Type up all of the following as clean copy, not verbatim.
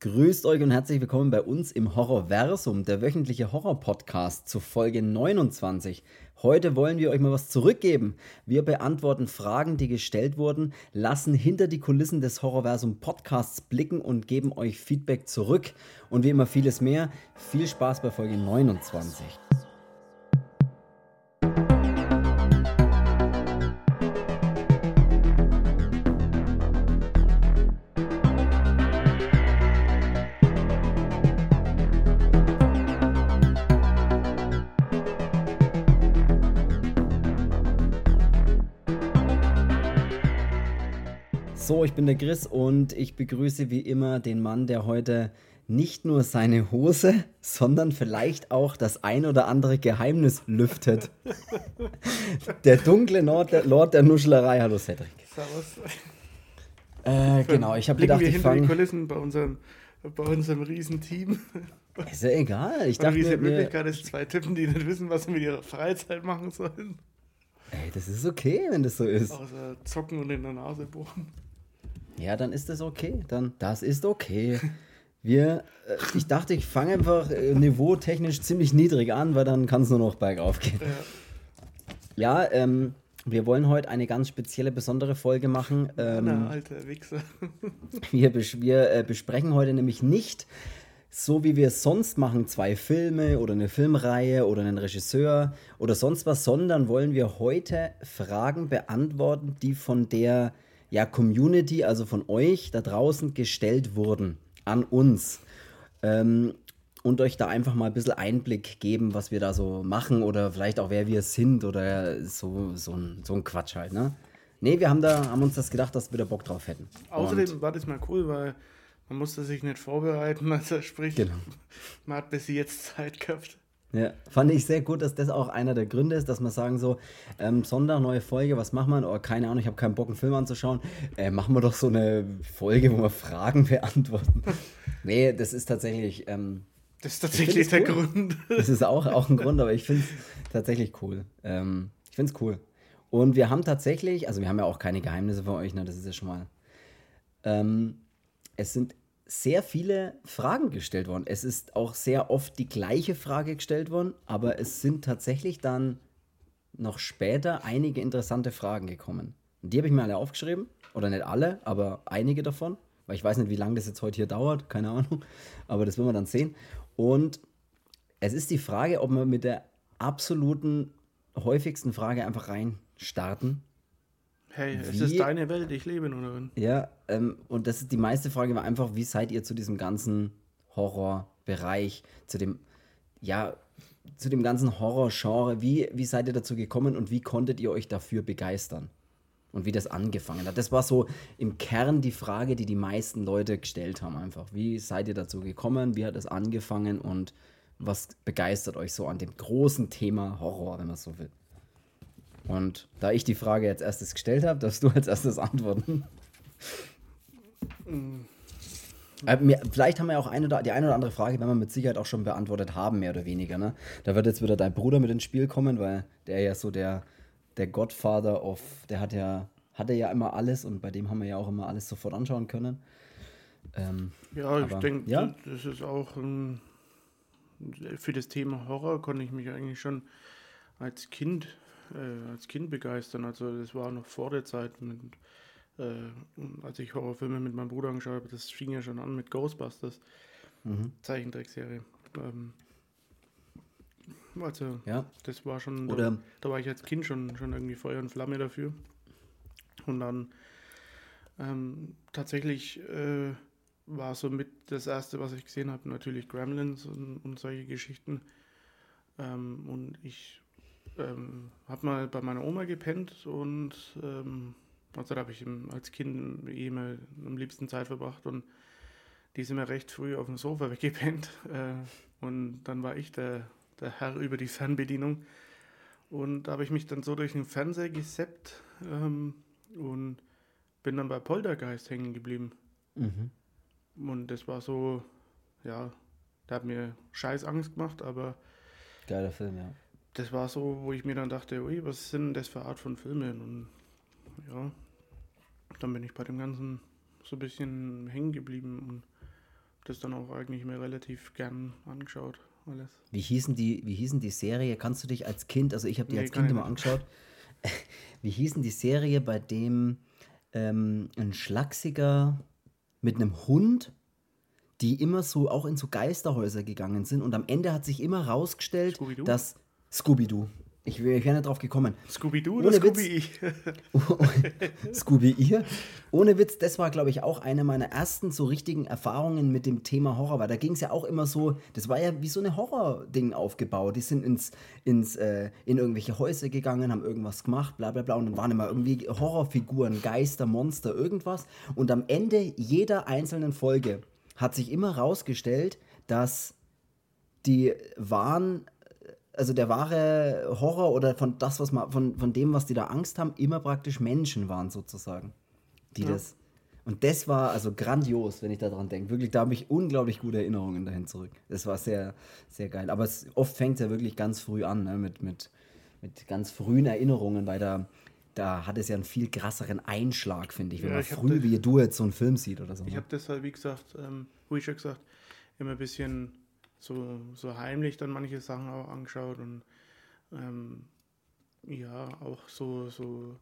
Grüßt euch und herzlich willkommen bei uns im Horrorversum, der wöchentliche Horror-Podcast zur Folge 29. Heute wollen wir euch mal was zurückgeben. Wir beantworten Fragen, die gestellt wurden, lassen hinter die Kulissen des Horrorversum-Podcasts blicken und geben euch Feedback zurück. Und wie immer vieles mehr. Viel Spaß bei Folge 29. So, ich bin der Chris und ich begrüße wie immer den Mann, der heute nicht nur seine Hose, sondern vielleicht auch das ein oder andere Geheimnis lüftet. Der dunkle Lord der Nuschlerei. Hallo Cedric. Servus. Genau, ich habe Blicken gedacht, wir ich hinter die fange. Kulissen bei unserem Riesenteam. Ist ja egal. Ich Oder dachte wie es in mir, Wirklichkeit ist, zwei Typen, die nicht wissen, was sie mit ihrer Freizeit machen sollen. ey, das ist okay, wenn das so ist. Außer zocken und in der Nase bohren. Ja, dann ist das okay. Das ist okay. Ich dachte, ich fange einfach niveautechnisch ziemlich niedrig an, weil dann kann es nur noch bergauf gehen. Ja, wir wollen heute eine ganz spezielle, besondere Folge machen. Anna, alter Wichser. Wir besprechen heute nämlich nicht, so wie wir es sonst machen, zwei Filme oder eine Filmreihe oder einen Regisseur oder sonst was, sondern wollen wir heute Fragen beantworten, die von der Community, also von euch da draußen gestellt wurden an uns. Und euch da einfach mal ein bisschen Einblick geben, was wir da so machen oder vielleicht auch wer wir sind oder so ein Quatsch halt, ne? Nee, wir haben uns das gedacht, dass wir da Bock drauf hätten. Außerdem war das mal cool, weil man musste sich nicht vorbereiten, als er spricht. Genau. Man hat bis jetzt Zeit gehabt. Ja, fand ich sehr gut, dass das auch einer der Gründe ist, dass wir sagen so, Sonntag, neue Folge, was machen wir? Oh, keine Ahnung, ich habe keinen Bock, einen Film anzuschauen. Machen wir doch so eine Folge, wo wir Fragen beantworten. Nee, das ist tatsächlich, Das ist tatsächlich der cool. Grund. Das ist auch ein Grund, aber ich finde es tatsächlich cool. Ich finde es cool. Und wir haben tatsächlich, also wir haben ja auch keine Geheimnisse von euch, ne, das ist ja schon mal. Es sind sehr viele Fragen gestellt worden. Es ist auch sehr oft die gleiche Frage gestellt worden, aber es sind tatsächlich dann noch später einige interessante Fragen gekommen. Und die habe ich mir alle aufgeschrieben. Oder nicht alle, aber einige davon. Weil ich weiß nicht, wie lange das jetzt heute hier dauert. Keine Ahnung. Aber das werden wir dann sehen. Und es ist die Frage, ob wir mit der absoluten häufigsten Frage einfach rein starten. Hey, es Wie- ist deine Welt, ich lebe nur darin. Ja, und das ist die meiste Frage war einfach, wie seid ihr zu diesem ganzen Horrorbereich, zu dem ganzen Horrorgenre, wie seid ihr dazu gekommen und wie konntet ihr euch dafür begeistern? Und wie das angefangen hat. Das war so im Kern die Frage, die die meisten Leute gestellt haben einfach. Wie seid ihr dazu gekommen, wie hat es angefangen und was begeistert euch so an dem großen Thema Horror, wenn man es so will? Und da ich die Frage jetzt erstes gestellt habe, darfst du als erstes antworten. Vielleicht haben wir auch die eine oder andere Frage, wenn wir mit Sicherheit auch schon beantwortet haben, mehr oder weniger. Ne? Da wird jetzt wieder dein Bruder mit ins Spiel kommen, weil der ja so der Godfather der hatte ja immer alles und bei dem haben wir ja auch immer alles sofort anschauen können. Ja, ich Aber, denke, ja. das ist auch für das Thema Horror konnte ich mich eigentlich schon als Kind begeistern. Also das war noch vor der Zeit, als ich Horrorfilme mit meinem Bruder angeschaut habe. Das fing ja schon an mit Ghostbusters, Zeichentrickserie. Also Ja. das war schon, Oder da war ich als Kind schon irgendwie Feuer und Flamme dafür. Und dann tatsächlich war so mit das erste, was ich gesehen habe, natürlich Gremlins und solche Geschichten. Und ich habe mal bei meiner Oma gepennt und also da habe ich als Kind immer am liebsten Zeit verbracht und die ist immer recht früh auf dem Sofa weggepennt. Und dann war ich der Herr über die Fernbedienung und da habe ich mich dann so durch den Fernseher gesappt und bin dann bei Poltergeist hängen geblieben. Und das war so, ja, der hat mir scheiß Angst gemacht, aber geiler Film, ja. das war so, wo ich mir dann dachte, ui, was sind denn das für Art von Filmen? Und ja, dann bin ich bei dem Ganzen so ein bisschen hängen geblieben und das dann auch eigentlich mir relativ gern angeschaut, alles. Wie hießen die Serie? Kannst du dich als Kind, also ich habe die Nee, als kann Kind ich immer nicht. angeschaut, wie hießen die Serie, bei dem ein Schlachsiger mit einem Hund, die immer so auch in so Geisterhäuser gegangen sind und am Ende hat sich immer rausgestellt, Scooby-Doo? dass Scooby-Doo. Ich wäre nicht drauf gekommen. Scooby-Doo oder Ohne Witz, Scooby-I? Scooby ihr. Ohne Witz, das war, glaube ich, auch eine meiner ersten so richtigen Erfahrungen mit dem Thema Horror, weil da ging es ja auch immer so, das war ja wie so eine Horror-Ding aufgebaut. Die sind in irgendwelche Häuser gegangen, haben irgendwas gemacht, bla bla bla, und dann waren immer irgendwie Horrorfiguren, Geister, Monster, irgendwas. Und am Ende jeder einzelnen Folge hat sich immer rausgestellt, dass die waren, also der wahre Horror oder von das, was man, von dem, was die da Angst haben, immer praktisch Menschen waren sozusagen, die Ja. das. Und das war also grandios, wenn ich daran denke. Wirklich, da habe ich unglaublich gute Erinnerungen dahin zurück. Das war sehr, sehr geil. Aber oft fängt es ja wirklich ganz früh an, ne? Mit ganz frühen Erinnerungen, weil da hat es ja einen viel krasseren Einschlag, finde ich, wenn Ja, man früh, wie du jetzt so einen Film sieht oder so. ich Ne? habe deshalb, wie gesagt, wie schon gesagt, immer ein bisschen so heimlich dann manche Sachen auch angeschaut und ähm, ja, auch so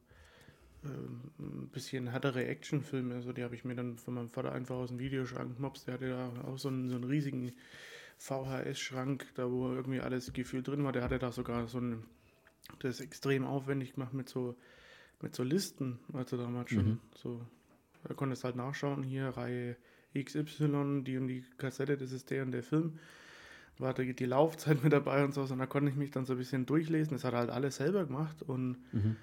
ein bisschen härtere Actionfilme. Also die habe ich mir dann von meinem Vater einfach aus dem Videoschrank gemobst. Der hatte da auch so einen riesigen VHS-Schrank, da wo irgendwie alles gefühlt drin war. Der hatte da sogar das extrem aufwendig gemacht mit so Listen, also damals schon. So, da konntest du halt nachschauen, hier Reihe XY, die und die Kassette, das ist der und der Film. War die Laufzeit mit dabei und so, und da konnte ich mich dann so ein bisschen durchlesen. Das hat er halt alles selber gemacht und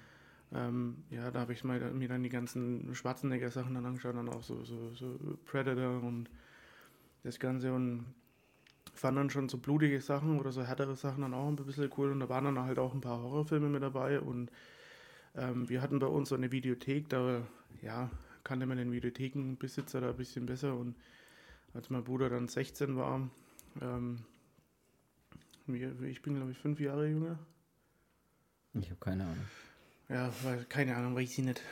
ja, da habe ich mir dann die ganzen Schwarzenegger-Sachen dann angeschaut, dann auch so Predator und das Ganze und fand dann schon so blutige Sachen oder so härtere Sachen dann auch ein bisschen cool und da waren dann halt auch ein paar Horrorfilme mit dabei und wir hatten bei uns so eine Videothek, da ja, kannte man den Videothekenbesitzer da ein bisschen besser und als mein Bruder dann 16 war, ähm, ich bin glaube ich 5 Jahre jünger, Ich habe keine Ahnung. ja, keine Ahnung, weiß ich nicht.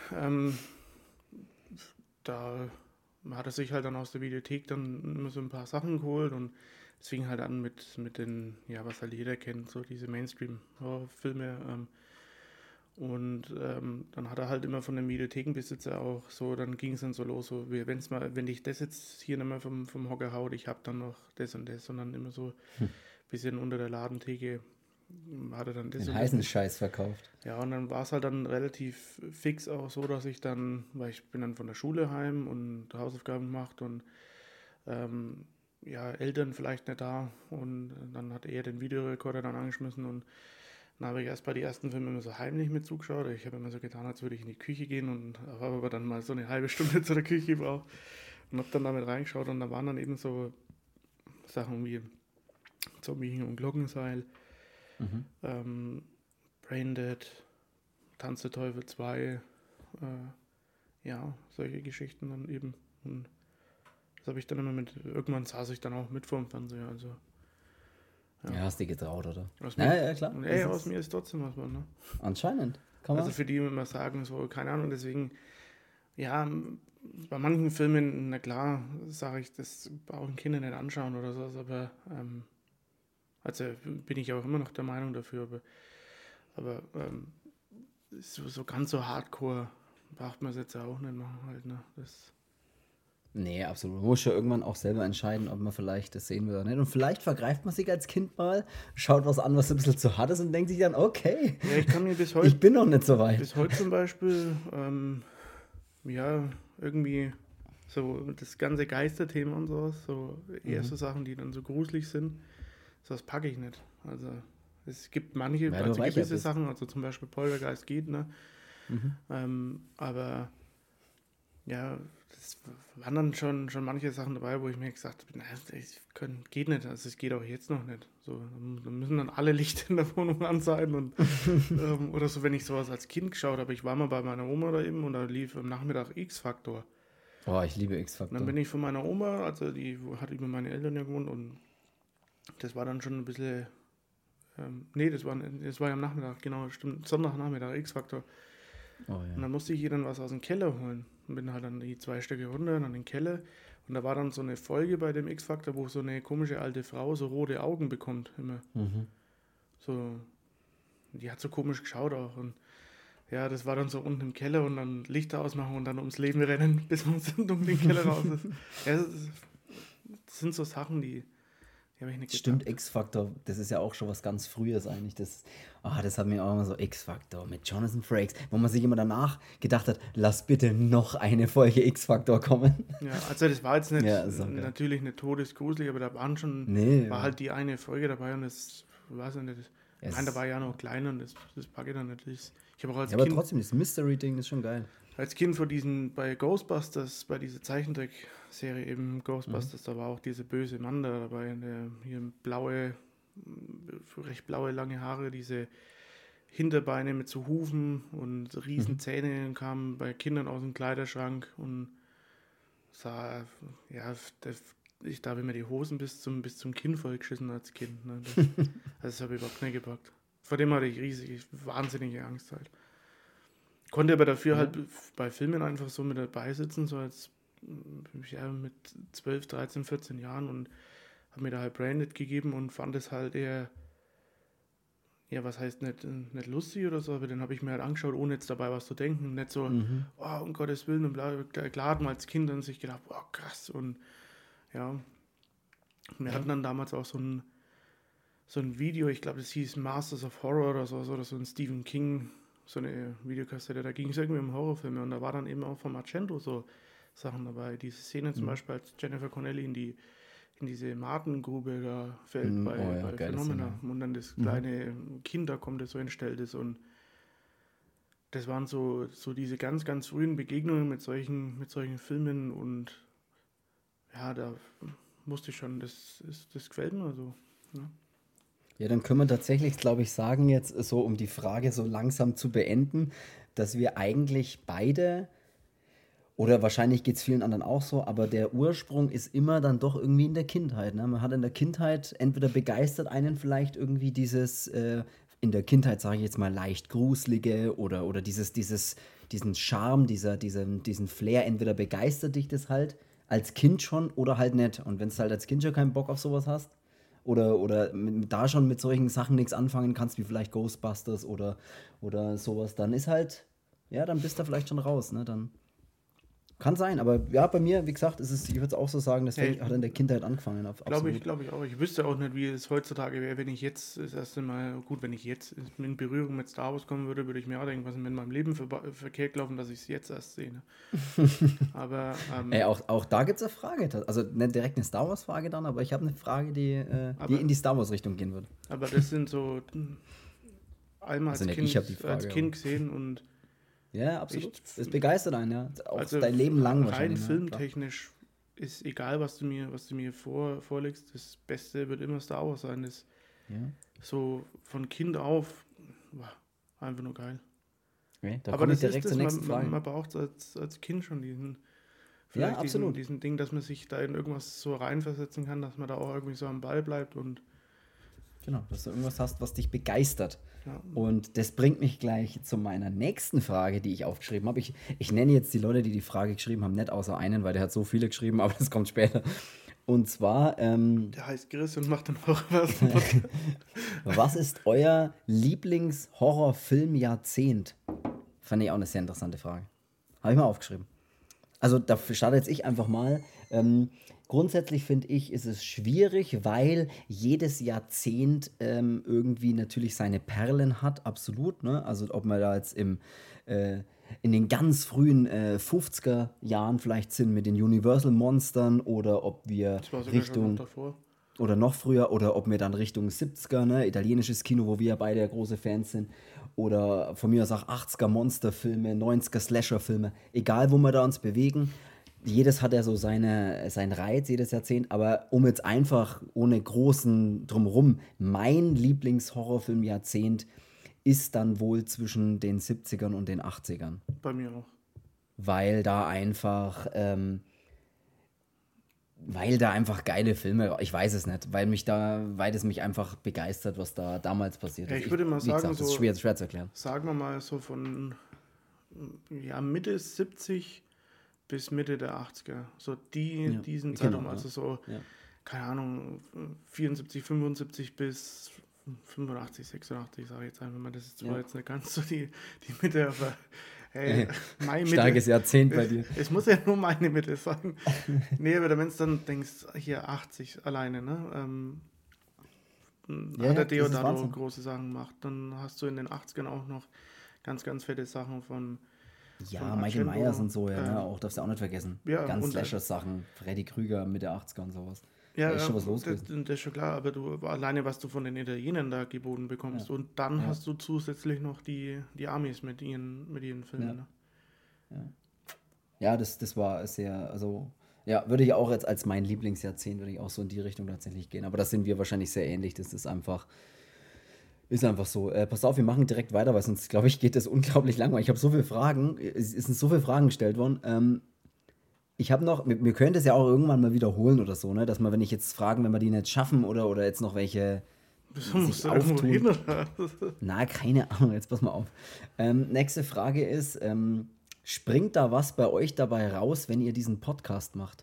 Da hat er sich halt dann aus der Videothek dann immer so ein paar Sachen geholt und es fing halt an mit den, ja, was halt jeder kennt, so diese Mainstream-Horrorfilme. Und dann hat er halt immer von dem Videothekenbesitzer auch so, dann ging es dann so los, so wie wenn dich das jetzt hier nicht mehr vom Hocker haut, ich hab dann noch das und das und dann immer so ein bisschen unter der Ladentheke hat er dann das Den und heißen das. Scheiß verkauft. Ja, und dann war es halt dann relativ fix auch so, dass ich dann, weil ich bin dann von der Schule heim und Hausaufgaben gemacht und ähm, ja, Eltern vielleicht nicht da und dann hat er den Videorekorder dann angeschmissen und dann habe ich erst bei den ersten Filmen immer so heimlich mit zugeschaut. Ich habe immer so getan, als würde ich in die Küche gehen und habe aber dann mal so eine halbe Stunde zu der Küche gebraucht und habe dann damit reingeschaut und da waren dann eben so Sachen wie Zombie und Glockenseil, ähm, Braindead, Tanz der Teufel 2, ja, solche Geschichten dann eben. Und das habe ich dann immer irgendwann saß ich dann auch mit vorm Fernseher, also Ja, hast dich getraut, oder? aus Ja, mir, ja, klar. und Das aus ist mir ist trotzdem was, ne? anscheinend. Kann Also man. für die immer sagen, so, keine Ahnung, deswegen, ja, bei manchen Filmen, na klar, sage ich, das brauchen Kinder nicht anschauen oder sowas, aber, also bin ich auch immer noch der Meinung dafür, aber so ganz so hardcore braucht man es jetzt auch nicht machen halt, ne? Nee, absolut. Man muss ja irgendwann auch selber entscheiden, ob man vielleicht das sehen will oder nicht. Und vielleicht vergreift man sich als Kind mal, schaut was an, was ein bisschen zu hart ist und denkt sich dann, okay, Ja, ich kann mir ich bin noch nicht so weit. bis heute zum Beispiel, ja, irgendwie so das ganze Geisterthema und sowas, so erste Sachen, die dann so gruselig sind, das packe ich nicht. Also es gibt manche, Weil du also weicher gewisse bist. Sachen, also zum Beispiel Poltergeist geht, ne? Aber ja, das waren dann schon manche Sachen dabei, wo ich mir gesagt habe, geht nicht, also es geht auch jetzt noch nicht. So, da müssen dann alle Lichter in der Wohnung an sein und oder so, wenn ich sowas als Kind geschaut habe. Ich war mal bei meiner Oma da eben und da lief am Nachmittag X-Factor. Oh, ich liebe Und dann X-Factor. bin ich von meiner Oma, also die hat über meine Eltern ja gewohnt und das war dann schon ein bisschen, nee, das war ja am Nachmittag, genau, stimmt, Sonntagnachmittag, X-Factor. Oh Und ja. dann musste ich ihr dann was aus dem Keller holen. Und bin halt dann die 2 Stücke runter, dann in den Keller. Und da war dann so eine Folge bei dem X-Factor, wo so eine komische alte Frau so rote Augen bekommt immer. Mhm. So, die hat so komisch geschaut auch. Und ja, das war dann so unten im Keller und dann Lichter ausmachen und dann ums Leben rennen, bis man aus dem dunklen Keller raus ist. Ja, das sind so Sachen, die habe ich nicht Stimmt, gedacht. X-Factor, das ist ja auch schon was ganz Frühes eigentlich. Das hat mir auch immer so X-Factor mit Jonathan Frakes, wo man sich immer danach gedacht hat, lass bitte noch eine Folge X-Factor kommen. Ja, also das war jetzt nicht Ja, ist auch geil. natürlich nicht todesgruselig, aber da waren schon, Nee, war halt die eine Folge dabei und das, weiß ich nicht, ja, ich es meine, da ist, war ja noch kleiner und das packe ich dann natürlich. Ich habe auch ja, aber trotzdem, das Mystery-Ding ist schon geil. als Kind vor bei Ghostbusters, bei dieser Zeichentrickserie eben Ghostbusters, da war auch dieser böse Mann da dabei, der hier recht blaue, lange Haare, diese Hinterbeine mit so Hufen und riesen Zähne, kam bei Kindern aus dem Kleiderschrank und sah, ja, da habe ich mir die Hosen bis zum Kinn vollgeschissen als Kind. Ne? Das habe ich überhaupt nicht gepackt. Vor dem hatte ich wahnsinnige Angst halt. Konnte aber dafür halt bei Filmen einfach so mit dabei sitzen, so als ja, mit 12, 13, 14 Jahren und habe mir da halt Branded gegeben und fand es halt eher, ja, was heißt nicht lustig oder so, aber den habe ich mir halt angeschaut, ohne jetzt dabei was zu denken. Nicht so, oh, um Gottes Willen, und bla, klar hat man als Kind dann sich gedacht, oh, krass, und ja, wir hatten dann damals auch so ein Video, ich glaube, das hieß Masters of Horror oder so ein Stephen King, so eine Videokassette, da ging es irgendwie um Horrorfilme und da war dann eben auch von Argento so Sachen dabei. Diese Szene zum Beispiel, als Jennifer Connelly in diese Martengrube da fällt Oh ja, bei geile Phenomena Szene. und dann das kleine Kind da kommt, das so entstellt ist und das waren so diese ganz, ganz frühen Begegnungen mit solchen Filmen und ja, da musste ich schon, das gefällt mir so. Ne? Ja, dann können wir tatsächlich, glaube ich, sagen, jetzt so, um die Frage so langsam zu beenden, dass wir eigentlich beide, oder wahrscheinlich geht es vielen anderen auch so, aber der Ursprung ist immer dann doch irgendwie in der Kindheit. Ne? Man hat in der Kindheit entweder begeistert einen vielleicht irgendwie in der Kindheit sage ich jetzt mal leicht gruselige oder diesen Charme, diesen Flair, entweder begeistert dich das halt als Kind schon oder halt nicht. Und wenn du halt als Kind schon keinen Bock auf sowas hast, oder da schon mit solchen Sachen nichts anfangen kannst, wie vielleicht Ghostbusters oder sowas, dann ist halt, ja, dann bist du vielleicht schon raus, ne? Dann kann sein, aber ja, bei mir, wie gesagt, ich würde es auch so sagen, das Hey, hat in der Kindheit angefangen, absolut. glaube ich auch. Ich wüsste auch nicht, wie es heutzutage wäre, wenn ich jetzt das erste Mal, gut, wenn ich jetzt in Berührung mit Star Wars kommen würde, würde ich mir auch denken, was ist mit meinem Leben verkehrt gelaufen, dass ich es jetzt erst sehe. Ne? Aber Ey, auch da gibt es eine Frage, also nicht direkt eine Star Wars-Frage dann, aber ich habe eine Frage, die in die Star Wars-Richtung gehen würde. aber das sind so einmal Also nicht ich habe die als Frage, Kind gesehen und ja, absolut. ich, Es begeistert einen, ja. Auch also dein Leben lang rein wahrscheinlich, ne? Klar. filmtechnisch ist egal, was du mir vorlegst, das Beste wird immer Star Wars sein. Das Ja. so von Kind auf, wow, einfach nur geil. Okay, da Aber komme ich das ist direkt das, zur nächsten man Frage. braucht es als Kind schon Ja, vielleicht absolut. diesen Ding, dass man sich da in irgendwas so reinversetzen kann, dass man da auch irgendwie so am Ball bleibt und Genau, dass du irgendwas hast, was dich begeistert. ja, Und das bringt mich gleich zu meiner nächsten Frage, die ich aufgeschrieben habe. Ich nenne jetzt die Leute, die die Frage geschrieben haben, nicht außer einen, weil der hat so viele geschrieben, aber das kommt später. Und zwar, der heißt Chris und macht dann auch was. was ist euer Lieblings-Horrorfilm-Jahrzehnt? Fand ich auch eine sehr interessante Frage. Habe ich mal aufgeschrieben. Also da starte jetzt ich einfach mal. Grundsätzlich finde ich, ist es schwierig, weil jedes Jahrzehnt irgendwie natürlich seine Perlen hat, absolut. Ne? Also ob wir da jetzt in den ganz frühen 50er Jahren vielleicht sind mit den Universal Monstern oder ob wir Das war sogar schon noch Richtung davor. oder noch früher, oder ob wir dann Richtung 70er, ne, italienisches Kino, wo wir ja beide ja große Fans sind, oder von mir aus auch 80er Monsterfilme, 90er Slasherfilme, egal wo wir da uns bewegen, jedes hat ja so seinen Reiz, jedes Jahrzehnt, aber um jetzt einfach ohne großen Drumherum, mein Lieblingshorrorfilm-Jahrzehnt ist dann wohl zwischen den 70ern und den 80ern, Bei mir auch. weil da einfach geile Filme, ich weiß es nicht, weil es mich einfach begeistert, was da damals passiert Ja, ist. ich würde mal Wie sagen, gesagt, das ist so, schwer zu erklären. sagen wir mal so von ja, Mitte 70 bis Mitte der 80er. So Ja, diesen genau. Zeitraum, also so, Ja. keine Ahnung, 74, 75 bis 85, 86, sage ich jetzt einfach mal. Das ist zwar Ja. jetzt nicht ganz so die Mitte, aber hey, meine Mitte. Starkes Jahrzehnt bei dir. Es muss ja nur meine Mitte sein. Nee, aber wenn du dann denkst, hier 80 alleine, ne? Ja, Hat ja, der das ist Deodato Wahnsinn. große Sachen gemacht. Dann hast du in den 80ern auch noch ganz, ganz fette Sachen von Ja, Michael Myers Argento. und so, ja, ne? Auch darfst du auch nicht vergessen. Ja, Ganz und Slasher-Sachen, Freddy Krüger Mitte 80er und sowas. ja, Da ist schon was los das, gewesen. das ist schon klar, aber du alleine, was du von den Italienern da geboten Ja, bekommst. Und dann ja, hast du zusätzlich noch die Amis mit ihren ja. Filmen. Ne? Ja, das war sehr, also, ja, würde ich auch jetzt als mein Lieblingsjahrzehnt, würde ich auch so in die Richtung tatsächlich gehen. Aber das sind wir wahrscheinlich sehr ähnlich. Das ist einfach so. Pass auf, wir machen direkt weiter, weil sonst, glaube ich, geht das unglaublich lang. Weil ich habe so viele Fragen, es sind so viele Fragen gestellt worden. Ich habe noch, wir können das ja auch irgendwann mal wiederholen oder so, ne? Dass man, wenn ich jetzt fragen, wenn wir die nicht schaffen oder jetzt noch welche Wieso musst sich du irgendwo hin? auftun. Oder? Na, keine Ahnung, jetzt pass mal auf. Nächste Frage ist, springt da was bei euch dabei raus, wenn ihr diesen Podcast macht?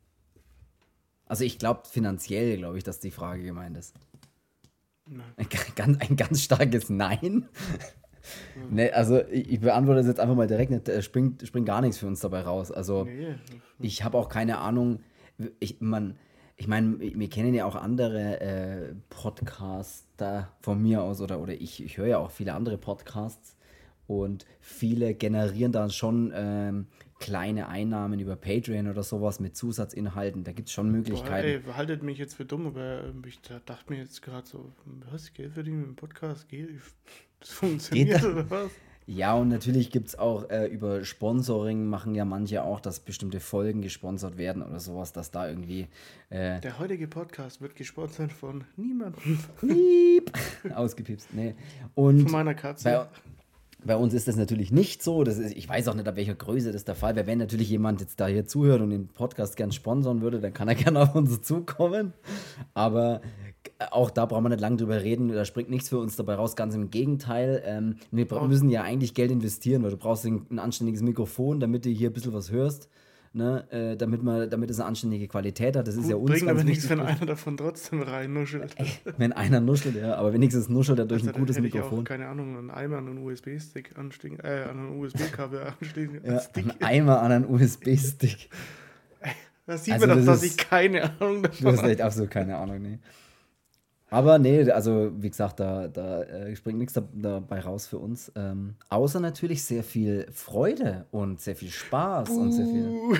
Also ich glaube finanziell, glaube ich, dass die Frage gemeint ist. Nein. Ein ganz starkes Nein. Ne, also ich beantworte das jetzt einfach mal direkt nicht. Springt gar nichts für uns dabei raus. Also Nee. ich habe auch keine Ahnung. Ich meine, wir kennen ja auch andere Podcaster von mir aus oder ich höre ja auch viele andere Podcasts und viele generieren dann schon kleine Einnahmen über Patreon oder sowas mit Zusatzinhalten. Da gibt es schon Boah, Möglichkeiten. ey, haltet mich jetzt für dumm, aber ich dachte mir jetzt gerade so, was, Geld verdienen mit dem Podcast? Das Geht funktioniert das? oder was? Ja, und natürlich gibt es auch über Sponsoring, machen ja manche auch, dass bestimmte Folgen gesponsert werden oder sowas, dass da irgendwie Der heutige Podcast wird gesponsert von niemandem. piep, ausgepiepst. Nee. Von Und meiner Katze. bei uns ist das natürlich nicht so. Ich weiß auch nicht, ab welcher Größe das der Fall wäre. Wenn natürlich jemand jetzt da hier zuhört und den Podcast gern sponsern würde, dann kann er gerne auf uns zukommen. Aber auch da brauchen wir nicht lange drüber reden. Da springt nichts für uns dabei raus. Ganz im Gegenteil. Müssen ja eigentlich Geld investieren, weil du brauchst ein anständiges Mikrofon, damit du hier ein bisschen was hörst. Ne? Damit es eine anständige Qualität hat. Das ist ja uns Bringt ganz aber nichts, wichtig. wenn einer davon trotzdem reinnuschelt. Wenn einer nuschelt, ja. Aber wenigstens nuschelt er durch Also ein dann gutes hätte ich auch, Mikrofon. keine Ahnung, einen Eimer an einen USB-Stick anstecken, an einen USB-Kabel anstecken. Ja, Stick. ein Eimer an einen USB-Stick. Da sieht Also man doch, das dass ist- ich keine Ahnung Du davon hast habe. echt absolut keine Ahnung, nee. Aber nee, also wie gesagt, da springt nichts dabei raus für uns. Außer natürlich sehr viel Freude und sehr viel Spaß und sehr viel.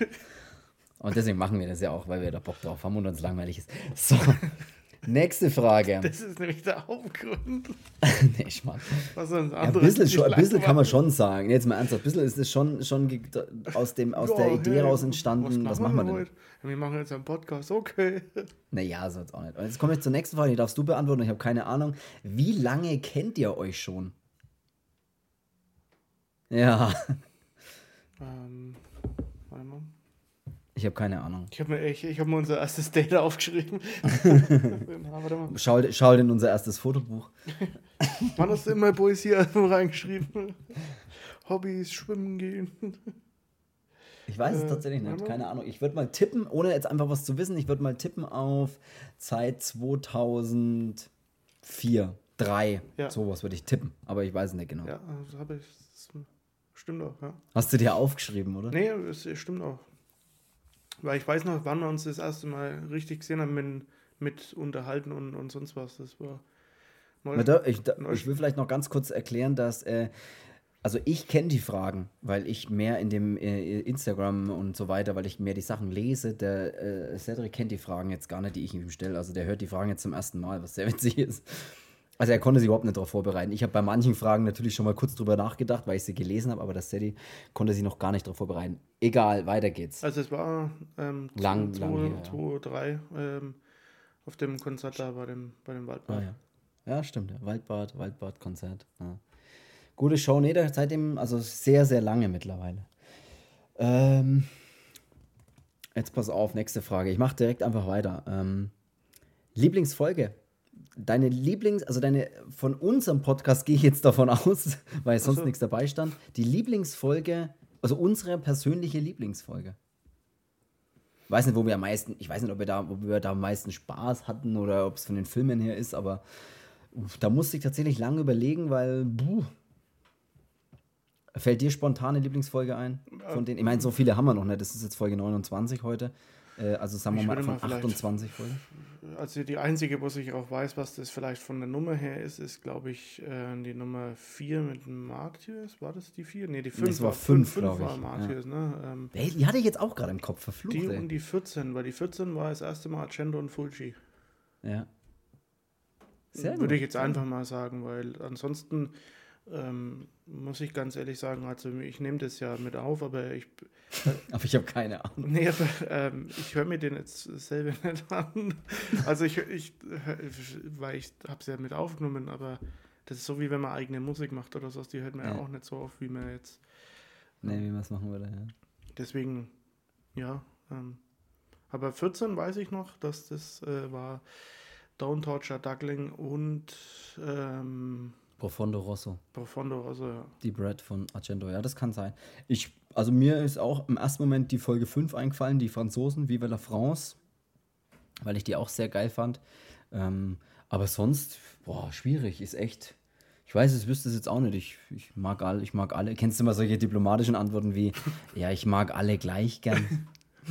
Und deswegen machen wir das ja auch, weil wir da Bock drauf haben und uns langweilig ist. So, nächste Frage. Das ist nämlich der Hauptgrund. Nee, Schmarrn. Was sonst Ja, ein anderes bisschen kann man schon sagen. Jetzt mal ernsthaft, ein bisschen ist es schon aus der Idee hey, raus entstanden. Was machen wir denn? heute? Ja, wir machen jetzt einen Podcast, okay. Naja, so jetzt auch nicht. Und jetzt komme ich zur nächsten Frage, die darfst du beantworten. Ich habe keine Ahnung. Wie lange kennt ihr euch schon? Ja, Warte mal. ich habe keine Ahnung. Ich hab mir unser erstes Date aufgeschrieben. Na, warte mal. Schau in unser erstes Fotobuch. Wann hast du in mein Poesiealbum reingeschrieben? Hobbys, schwimmen gehen. Ich weiß es tatsächlich nicht, keine Ahnung. Ich würde mal tippen, ohne jetzt einfach was zu wissen, ich würde mal tippen auf Zeit 2004, 2003. Ja. Sowas würde ich tippen, aber ich weiß es nicht genau. Ja, das habe ich. Das stimmt auch, ja. Hast du dir aufgeschrieben, oder? Nee, es stimmt auch. Weil ich weiß noch, wann wir uns das erste Mal richtig gesehen haben mit unterhalten und sonst was. Das war Ich will vielleicht noch ganz kurz erklären, dass also ich kenne die Fragen, weil ich mehr in dem Instagram und so weiter, weil ich mehr die Sachen lese. Der Cedric kennt die Fragen jetzt gar nicht, die ich ihm stelle. Also der hört die Fragen jetzt zum ersten Mal, was sehr witzig ist. Also er konnte sich überhaupt nicht darauf vorbereiten. Ich habe bei manchen Fragen natürlich schon mal kurz drüber nachgedacht, weil ich sie gelesen habe, aber der Cedric konnte sich noch gar nicht darauf vorbereiten. Egal, weiter geht's. Also es war Lang her, 2003 auf dem Konzert da bei dem Waldbad. Ja. Ja, stimmt. Ja. Waldbad-Konzert. Ja. Gute Show, nee, seitdem, also sehr, sehr lange mittlerweile. Jetzt pass auf, nächste Frage. Ich mache direkt einfach weiter. Lieblingsfolge. Von unserem Podcast gehe ich jetzt davon aus, weil sonst so. nichts dabei stand. Die Lieblingsfolge also unsere persönliche Lieblingsfolge. Ich weiß nicht, wo wir da am meisten Spaß hatten oder ob es von den Filmen her ist, aber da musste ich tatsächlich lange überlegen, weil, fällt dir spontan eine Lieblingsfolge ein? Von denen, ich meine, so viele haben wir noch nicht, das ist jetzt Folge 29 heute, also sagen wir Ich mal würde von mal vielleicht 28 Folgen. Also die einzige, wo ich auch weiß, was das vielleicht von der Nummer her ist, glaube ich, die Nummer 4 mit Martyrs. War das die 4? Ne, die 5 Das war war 5, 5 glaube war ich. Ja. Martyrs, ne? Die hatte ich jetzt auch gerade im Kopf, verflucht, Die ey. und die 14, weil die 14 war das erste Mal Argento und Fulci. Ja. Sehr Würde gut, ich jetzt sehr einfach mal sagen, weil ansonsten muss ich ganz ehrlich sagen, also ich nehme das ja mit auf, aber Aber ich habe keine Ahnung. nee, aber ich höre mir den jetzt selber nicht an. Also weil ich habe es ja mit aufgenommen, aber das ist so wie wenn man eigene Musik macht oder so, die hört man ja auch nicht so oft, wie man jetzt. Nee, wie man es machen würde, ja. Deswegen, ja. Aber 14 weiß ich noch, dass das war Don't Torture Duckling und Profondo Rosso. Profondo Rosso, ja. Die Brad von Argento, ja, das kann sein. Also mir ist auch im ersten Moment die Folge 5 eingefallen, die Franzosen, Vive la France, weil ich die auch sehr geil fand. Aber sonst, schwierig, ist echt. Ich weiß, ich wüsste es jetzt auch nicht. Ich mag alle. Kennst du immer solche diplomatischen Antworten wie, ja, ich mag alle gleich gern.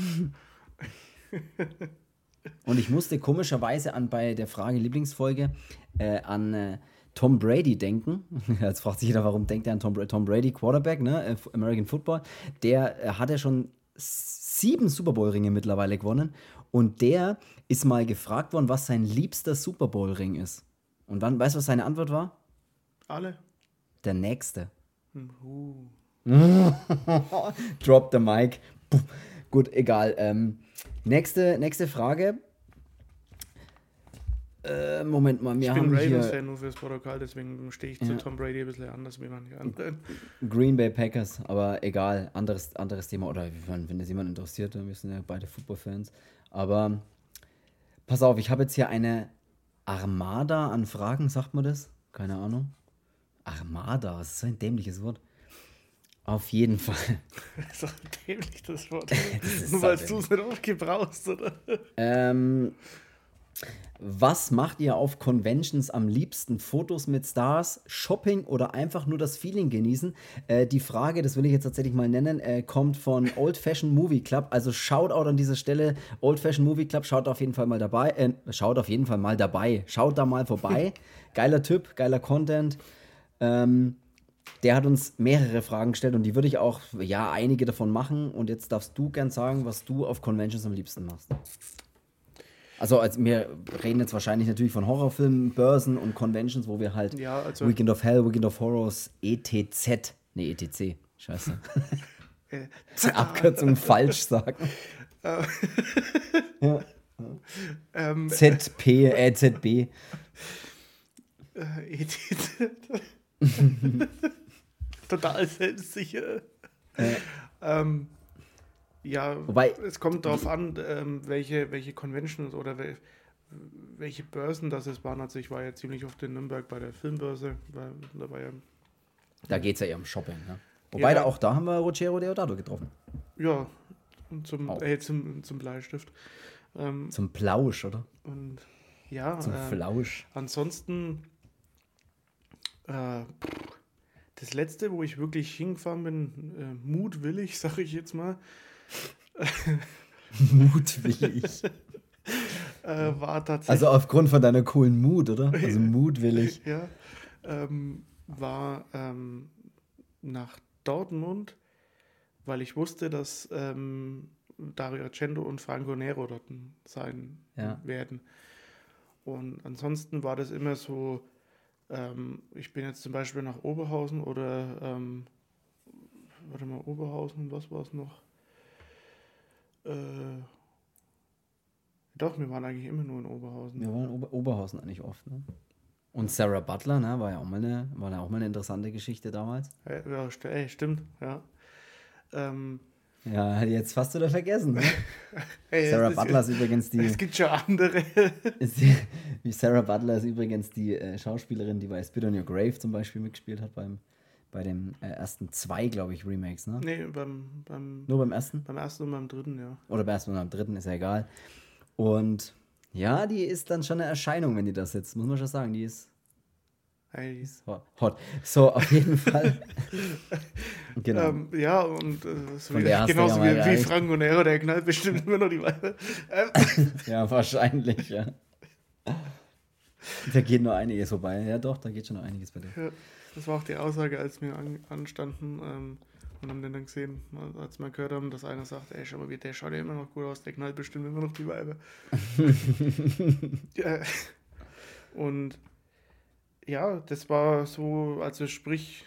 Und ich musste komischerweise bei der Frage Lieblingsfolge an Tom Brady denken. Jetzt fragt sich jeder, warum denkt er an Tom Brady, Quarterback, ne? American Football. Der hat ja schon 7 Super Bowl-Ringe mittlerweile gewonnen. Und der ist mal gefragt worden, was sein liebster Super Bowl-Ring ist. Und dann, weißt du, was seine Antwort war? Alle? Der nächste. Drop the mic. Puh. Gut, egal. Nächste Frage. Moment mal, ich bin Ravens-Fan nur fürs Protokoll, deswegen stehe ich zu Tom Brady ein bisschen anders wie manche anderen. Green Bay Packers, aber egal, anderes Thema. Oder wenn das jemand interessiert, dann sind ja beide Football-Fans. Aber pass auf, ich habe jetzt hier eine Armada an Fragen, sagt man das? Keine Ahnung. Armada, das ist so ein dämliches Wort. Auf jeden Fall. Das ist doch dämlich, das Wort. Nur weil du es nicht oft gebrauchst, oder? Was macht ihr auf Conventions am liebsten? Fotos mit Stars, Shopping oder einfach nur das Feeling genießen? Die Frage, das will ich jetzt tatsächlich mal nennen, kommt von Old Fashioned Movie Club. Also Shoutout an dieser Stelle. Old Fashioned Movie Club, schaut auf jeden Fall mal dabei. Schaut da mal vorbei. Geiler Typ, geiler Content. Der hat uns mehrere Fragen gestellt und die würde ich auch, einige davon machen. Und jetzt darfst du gern sagen, was du auf Conventions am liebsten machst. Also wir reden jetzt wahrscheinlich natürlich von Horrorfilmen, Börsen und Conventions, wo wir halt Weekend of Hell, Weekend of Horrors, ETZ, scheiße. Abkürzung falsch sagen. ZB. ETZ. Total selbstsicher. Wobei, es kommt darauf an, welche Conventions oder welche Börsen das es waren. Also ich war ja ziemlich oft in Nürnberg bei der Filmbörse. Da geht es ja eher um Shopping. Ne? Wobei, auch da haben wir Ruggero Deodato getroffen. Ja, zum Bleistift. Zum Plausch, oder? Und ja, zum Flausch. Ansonsten das letzte, wo ich wirklich hingefahren bin, mutwillig, sage ich jetzt mal. Mutwillig. War tatsächlich. Also aufgrund von deiner coolen Mut, oder? Also mutwillig. Ja. War nach Dortmund, weil ich wusste, dass Dario Argento und Franco Nero dort sein werden. Und ansonsten war das immer so, ich bin jetzt zum Beispiel nach Oberhausen oder Oberhausen, was war es noch? Doch, wir waren eigentlich immer nur in Oberhausen. Wir waren in Oberhausen eigentlich oft, ne? Und Sarah Butler, ne, war ja auch mal eine interessante Geschichte damals. Ja, stimmt, ja. Ja, jetzt fast wieder vergessen, ne? Sarah Butler ist übrigens die... Es gibt schon andere. Sarah Butler ist übrigens die Schauspielerin, die bei Spit on Your Grave zum Beispiel mitgespielt hat beim Bei dem ersten 2, glaube ich, Remakes, ne? Nee, Nur beim ersten? beim ersten und beim dritten, ja. Oder beim ersten und beim dritten, ist ja egal. Und ja, die ist dann schon eine Erscheinung, wenn die da sitzt, muss man schon sagen. Die ist Hey. hot. So, auf jeden Fall. Genau. Ja, und so Von der hast du genauso ja mal wie erreicht. Frank und Nero, der knallt bestimmt immer noch die Weibe. Ja, wahrscheinlich, ja. Da geht nur einiges vorbei. Ja, doch, da geht schon noch einiges bei dir. Ja, das war auch die Aussage, als wir anstanden und haben den dann gesehen, als wir gehört haben, dass einer sagt, ey, schau mal, der schaut ja immer noch gut aus, der knallt bestimmt immer noch die Weibe. Ja, und ja, das war so, also sprich,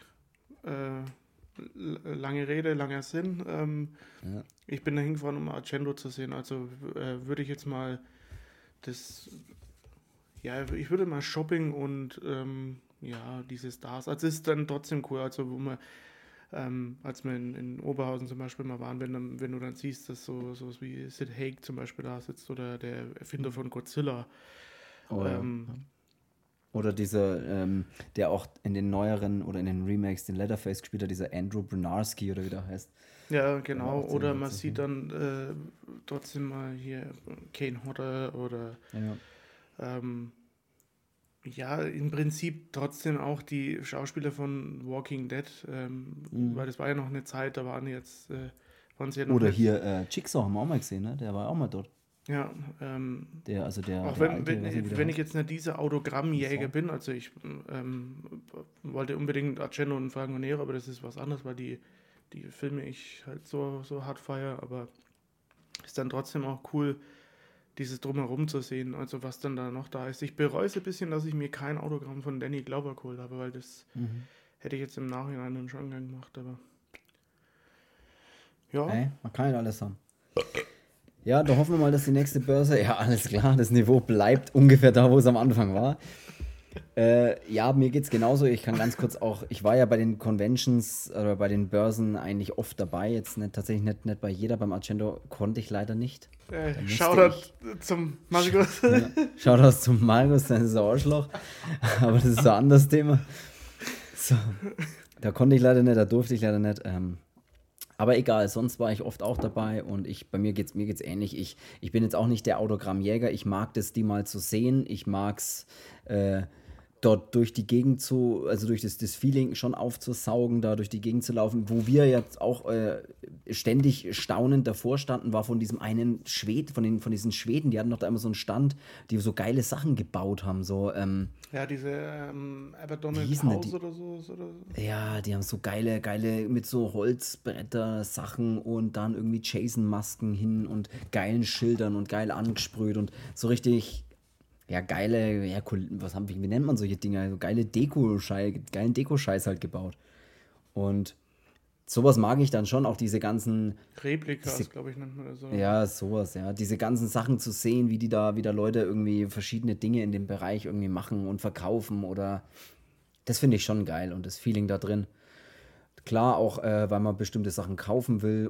lange Rede, langer Sinn. Ja. Ich bin da hingefahren, um Argento zu sehen. Also würde ich jetzt mal das, ja, ich würde mal Shopping und ja, diese Stars. Also es ist dann trotzdem cool. Also wo wir, als wir in Oberhausen zum Beispiel mal waren, wenn du dann siehst, dass sowas wie Sid Haig zum Beispiel da sitzt oder der Erfinder von Godzilla. Oder, oder dieser, der auch in den neueren oder in den Remakes den Leatherface gespielt hat, dieser Andrew Bryniarski oder wie der heißt. Ja, war genau. auch ziemlich Oder man witzig, sieht dann trotzdem mal hier Kane Hodder oder Ja. ja, im Prinzip trotzdem auch die Schauspieler von Walking Dead, weil das war ja noch eine Zeit, da waren jetzt, waren sie ja noch Oder nicht, hier Jigsaw haben wir auch mal gesehen, ne? Der war auch mal dort. ja, Der auch der wenn, alte, weiß nicht, wie der wenn ich heißt. jetzt nicht dieser Autogrammjäger Jigsaw. bin, also ich wollte unbedingt Argento und Franco Nero, aber das ist was anderes, weil die Filme ich halt so hart feiere, aber ist dann trotzdem auch cool, dieses Drumherum zu sehen, also was dann da noch da ist. Ich bereue es ein bisschen, dass ich mir kein Autogramm von Danny Glover geholt habe, weil das hätte ich jetzt im Nachhinein dann schon gern gemacht, aber ja, Ey, man kann nicht alles haben. Ja, da hoffen wir mal, dass die nächste Börse, ja, alles klar, das Niveau bleibt ungefähr da, wo es am Anfang war. Ja, mir geht's genauso. Ich kann ganz kurz auch, ich war ja bei den Conventions oder bei den Börsen eigentlich oft dabei, jetzt tatsächlich nicht bei jeder, beim Argento konnte ich leider nicht. musste Shoutout zum Markus. Ja, Shoutout zum Markus, das ist ein Arschloch, aber das ist so ein anderes Thema. So, da konnte ich leider nicht, da durfte ich leider nicht. Aber egal, sonst war ich oft auch dabei und bei mir geht's ähnlich. Ich bin jetzt auch nicht der Autogrammjäger. Ich mag das, die mal zu sehen. Ich mag's dort durch die Gegend also durch das Feeling schon aufzusaugen, da durch die Gegend zu laufen. Wo wir jetzt auch ständig staunend davor standen, war von diesem einen von diesen Schweden, die hatten doch da immer so einen Stand, die so geile Sachen gebaut haben. So, Ja, diese Aberdonald hießen denn House die? oder so. ja, die haben so geile mit so Holzbretter-Sachen und dann irgendwie Jason-Masken hin und geilen Schildern und geil angesprüht und so richtig, ja, geile, ja, wie nennt man solche Dinger? So geile geilen Deko-Scheiß halt gebaut. Und sowas mag ich dann schon, auch diese ganzen, Replikas, glaube ich, nennt man das so. ja, sowas, ja, diese ganzen Sachen zu sehen, wie da Leute irgendwie verschiedene Dinge in dem Bereich irgendwie machen und verkaufen oder, das finde ich schon geil und das Feeling da drin. Klar, auch weil man bestimmte Sachen kaufen will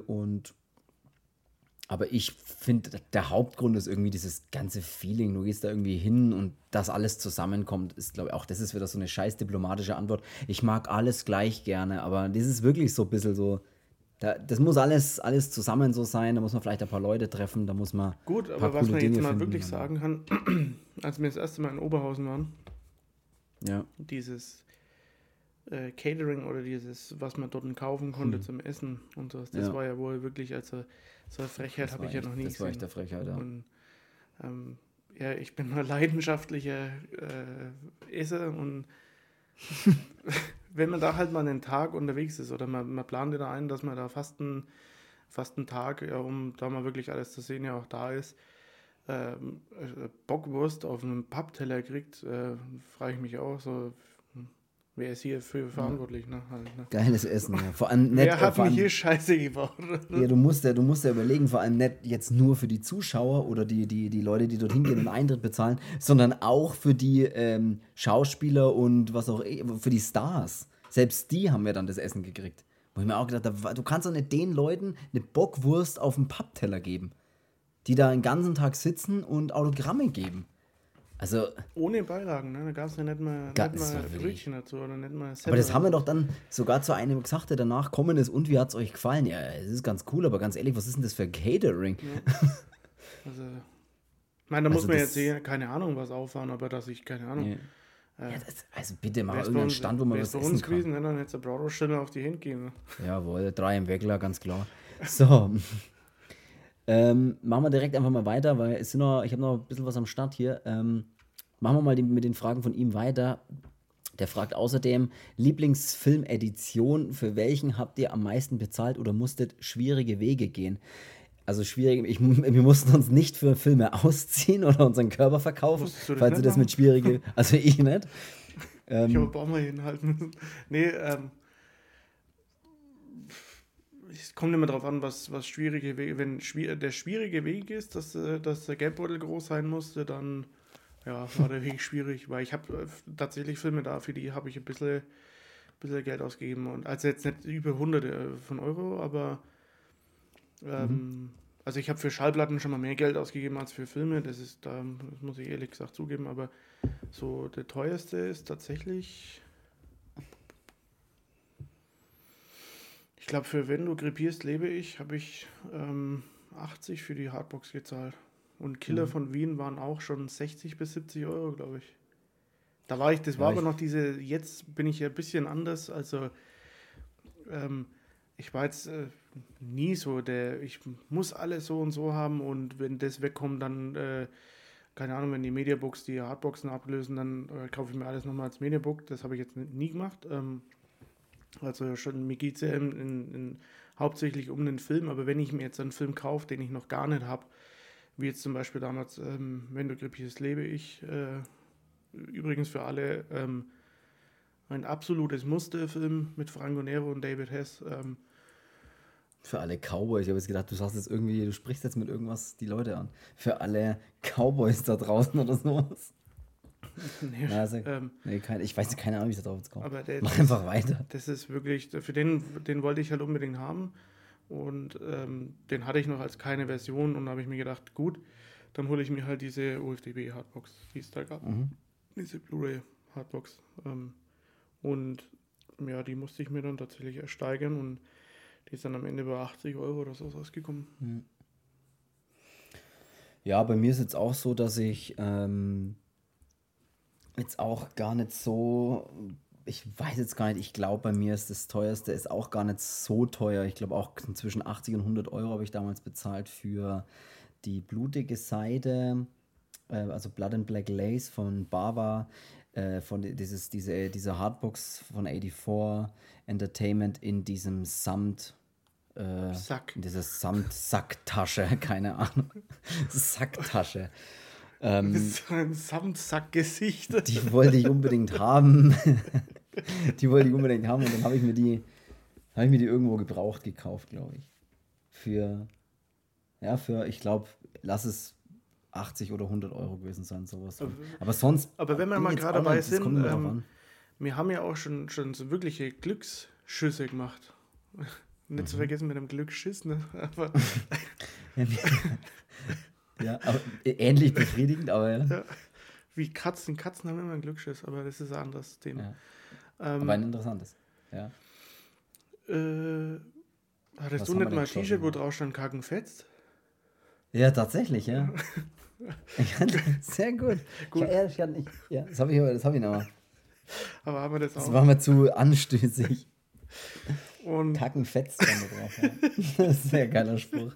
aber ich finde, der Hauptgrund ist irgendwie dieses ganze Feeling. Du gehst da irgendwie hin und das alles zusammenkommt, ist, glaube ich, auch das ist wieder so eine scheiß diplomatische Antwort. Ich mag alles gleich gerne, aber das ist wirklich so ein bisschen so, das muss alles zusammen so sein, da muss man vielleicht ein paar Leute treffen, da muss man Gut, ein paar aber was coole man Dinge jetzt mal finden. wirklich sagen kann, als wir das erste Mal in Oberhausen waren, Ja, dieses Catering oder dieses, was man dort kaufen konnte zum Essen und sowas, das Ja. war ja wohl wirklich, also so eine Frechheit habe ich ja noch nie das war echt gesehen. der Frechheit, ja. Und ja, ich bin ein leidenschaftlicher Esser und wenn man da halt mal einen Tag unterwegs ist oder man plant da ein, dass man da fast einen Tag, ja, um da mal wirklich alles zu sehen, ja auch da ist, Bockwurst auf einem Pappteller kriegt, frage ich mich auch so, wer ist hier für verantwortlich, ne? Halt, ne? Geiles Essen, ja. Vor allem Wer hat vor mich allem, hier Scheiße gebaut? ja, du musst ja überlegen, vor allem nicht jetzt nur für die Zuschauer oder die Leute, die dorthin gehen und Eintritt bezahlen, sondern auch für die Schauspieler und was auch für die Stars. Selbst die haben ja dann das Essen gekriegt. Wo ich mir auch gedacht habe, du kannst doch nicht den Leuten eine Bockwurst auf dem Pappteller geben, die da den ganzen Tag sitzen und Autogramme geben. Also, Ohne Beilagen, ne? Da gab es ja nicht das mal war wirklich. Brötchen dazu oder nicht mal Aber Semmel das haben oder wir so. doch dann sogar zu einem gesagt, der danach kommen ist. Und wie hat es euch gefallen? Ja, es ist ganz cool, aber ganz ehrlich, was ist denn das für Catering? Ja, also, ich meine, da muss Also, man jetzt das. hier keine Ahnung was auffahren, aber dass ich, keine Ahnung, Ja, äh, also bitte mach wäre es bei irgendeinen uns, Stand, wo man wär's was bei essen uns kann. gewesen, ne? Dann hätte es der Bratwurststeller auf die Hand gehen. Ne? Jawohl, 3 im Weckler, ganz klar. So, machen wir direkt einfach mal weiter, weil ich habe noch ein bisschen was am Start hier. Machen wir mal mit den Fragen von ihm weiter. Der fragt außerdem, Lieblingsfilmedition, für welchen habt ihr am meisten bezahlt oder musstet schwierige Wege gehen? Also schwierig, wir mussten uns nicht für Filme ausziehen oder unseren Körper verkaufen, Musstest du das falls du nicht das machen? mit schwierige, also ich nicht. Ich habe ein Ähm, paar Mal hinhalten müssen. Nee, es kommt immer darauf an, was schwierige Wege, wenn der schwierige Weg ist, dass der Geldbeutel groß sein musste, dann ja, war der Weg schwierig, weil ich habe tatsächlich Filme da, für die habe ich bisschen Geld ausgegeben. Und also jetzt nicht über Hunderte von Euro, aber mhm. also ich habe für Schallplatten schon mal mehr Geld ausgegeben als für Filme, das muss ich ehrlich gesagt zugeben, aber so der teuerste ist tatsächlich, ich glaube für Wenn du krepierst, lebe ich, habe ich 80 für die Hardbox gezahlt. Und Killer Mhm. von Wien waren auch schon 60 bis 70 Euro, glaube ich. Das war Ja, aber noch jetzt bin ich ja ein bisschen anders, also ähm, ich war jetzt nie so ich muss alles so und so haben und wenn das wegkommt, dann, keine Ahnung, wenn die Mediabooks die Hardboxen ablösen, dann kaufe ich mir alles nochmal als Mediabook. Das habe ich jetzt nie gemacht. Also schon, mir geht es ja hauptsächlich um den Film, aber wenn ich mir jetzt einen Film kaufe, den ich noch gar nicht habe, wie jetzt zum Beispiel damals, Wenn du krepierst, lebe ich, übrigens für alle ein absolutes Musterfilm mit Franco Nero und David Hess. für alle Cowboys. Ich habe jetzt gedacht, du sagst jetzt irgendwie, du sprichst jetzt mit irgendwas die Leute an. Für alle Cowboys da draußen oder sowas. Nee, Na, also, ähm, nee, ich weiß keine Ahnung, wie ich da drauf jetzt komme. aber Mach einfach weiter. das ist wirklich, den wollte ich halt unbedingt haben. Und den hatte ich noch als keine Version und da habe ich mir gedacht, gut, dann hole ich mir halt diese OFDB Hardbox, die es da gab. Mhm. Diese Blu-ray Hardbox. Und ja, die musste ich mir dann tatsächlich ersteigern und die ist dann am Ende bei 80 Euro oder so rausgekommen. Ja, bei mir ist jetzt auch so, dass ich jetzt auch gar nicht so, ich weiß jetzt gar nicht, ich glaube, bei mir ist das teuerste, ist auch gar nicht so teuer. Ich glaube auch zwischen 80 und 100 Euro habe ich damals bezahlt für die blutige Seide, also Blood and Black Lace von Bava, diese Hardbox von 84 Entertainment äh, Sack. in dieser Samtsacktasche, keine Ahnung, Sacktasche. Das Ähm, ist so ein Samtsackgesicht. Die wollte ich unbedingt haben. Die wollte ich unbedingt haben und dann habe ich mir die irgendwo gebraucht gekauft, glaube ich. Für, ich glaube, lass es 80 oder 100 Euro gewesen sein, sowas Aber von. Aber sonst aber wenn wir bin ich mal jetzt gerade auch dabei nicht, das kommt sind, immer drauf an. wir haben ja auch schon so wirkliche Glücksschüsse gemacht. Nicht zu vergessen mit dem Glücksschiss, ne? Aber Ja, aber ähnlich befriedigend, aber ja. ja, wie Katzen. Katzen haben immer einen Glücksschiss, aber das ist ein anderes Thema. Ja. Aber Ähm, ein interessantes. Ja. äh, hattest Was du haben wir nicht denn mal ein geschossen T-Shirt, wo überhaupt? drauf stand Kacken fetzt? Ja, tatsächlich, ja. Sehr gut. Gut, Ja, das habe ich noch. aber haben wir das Das auch. war mir zu anstößig. Und Kacken fetzt stand da drauf. Ja. Das ist ein sehr geiler Spruch.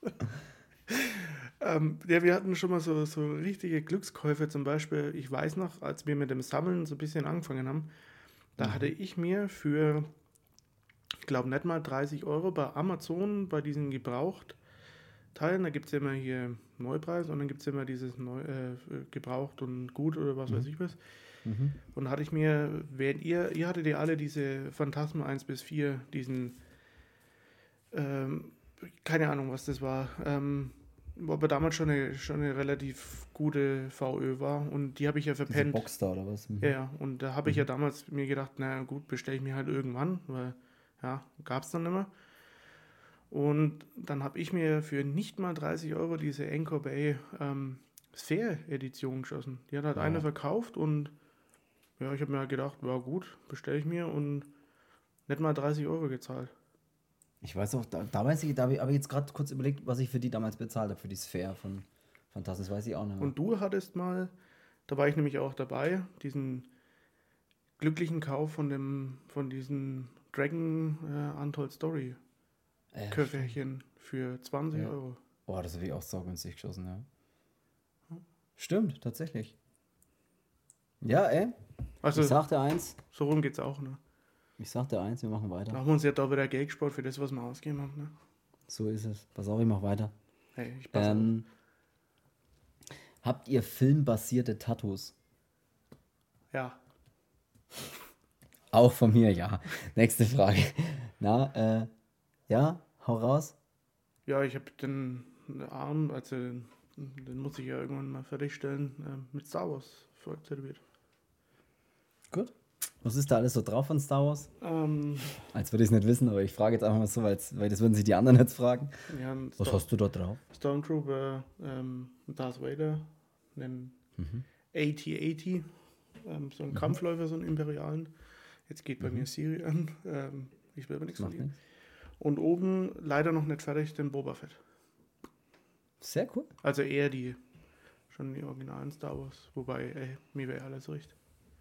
ja, wir hatten schon mal so richtige Glückskäufe zum Beispiel. Ich weiß noch, als wir mit dem Sammeln so ein bisschen angefangen haben, da hatte Mhm. ich mir für, ich glaube, nicht mal 30 Euro bei Amazon, bei diesen Gebraucht-Teilen, da gibt es ja immer hier Neupreis und dann gibt es ja immer dieses Gebraucht und Gut oder was weiß Mhm. ich was. Mhm. Und da hatte ich mir, ihr hattet ja alle diese Phantasma 1 bis 4, diesen, ähm, keine Ahnung, was das war, wo aber damals schon eine relativ gute VÖ war und die habe ich ja Diese verpennt. Box da oder was? Ja, Mhm. ja, und da habe ich ja Mhm. damals mir gedacht, na gut, bestelle ich mir halt irgendwann, weil ja, gab es dann immer. Und dann habe ich mir für nicht mal 30 Euro diese Anchor Bay Sphere-Edition geschossen. Die hat halt Ja. einer verkauft und ja, ich habe mir halt gedacht, war gut, bestelle ich mir und nicht mal 30 Euro gezahlt. Ich weiß auch, da weiß ich, da habe ich jetzt gerade kurz überlegt, was ich für die damals bezahlt habe, für die Sphäre von Phantasmus, weiß ich auch nicht mehr. Und du hattest mal, da war ich nämlich auch dabei, diesen glücklichen Kauf von diesem Dragon Untold Story Köfferchen für 20 Ja. Euro. Oh, das habe ich auch saugünstig geschossen, ja. Stimmt, tatsächlich. Ja, Also ich sagte eins, so rum geht's auch, ne? wir machen Da weiter. haben wir uns ja da wieder Geld gespart für das, was wir ausgegeben haben, ne? So ist es. Pass auf, ich mache weiter. Hey, ich passe auf. Habt ihr filmbasierte Tattoos? Ja, Auch von mir, ja. Nächste Frage. Na, ja, hau raus. ja, ich habe den Arm, also den muss ich ja irgendwann mal fertigstellen, mit Star Wars tätowiert. Gut. Was ist da alles so drauf von Star Wars? Ähm, Als würde ich es nicht wissen, aber ich frage jetzt einfach mal so, weil das würden sich die anderen jetzt fragen. ja, ein Was hast du da drauf? Stormtrooper, Darth Vader, einen AT-AT, so ein Kampfläufer, so einen imperialen. Jetzt geht bei mir Siri an. Ich will aber nichts Macht verlieren. nichts. Und oben leider noch nicht fertig, den Boba Fett. Sehr cool. Also eher schon die originalen Star Wars. Wobei, mir wäre alles recht.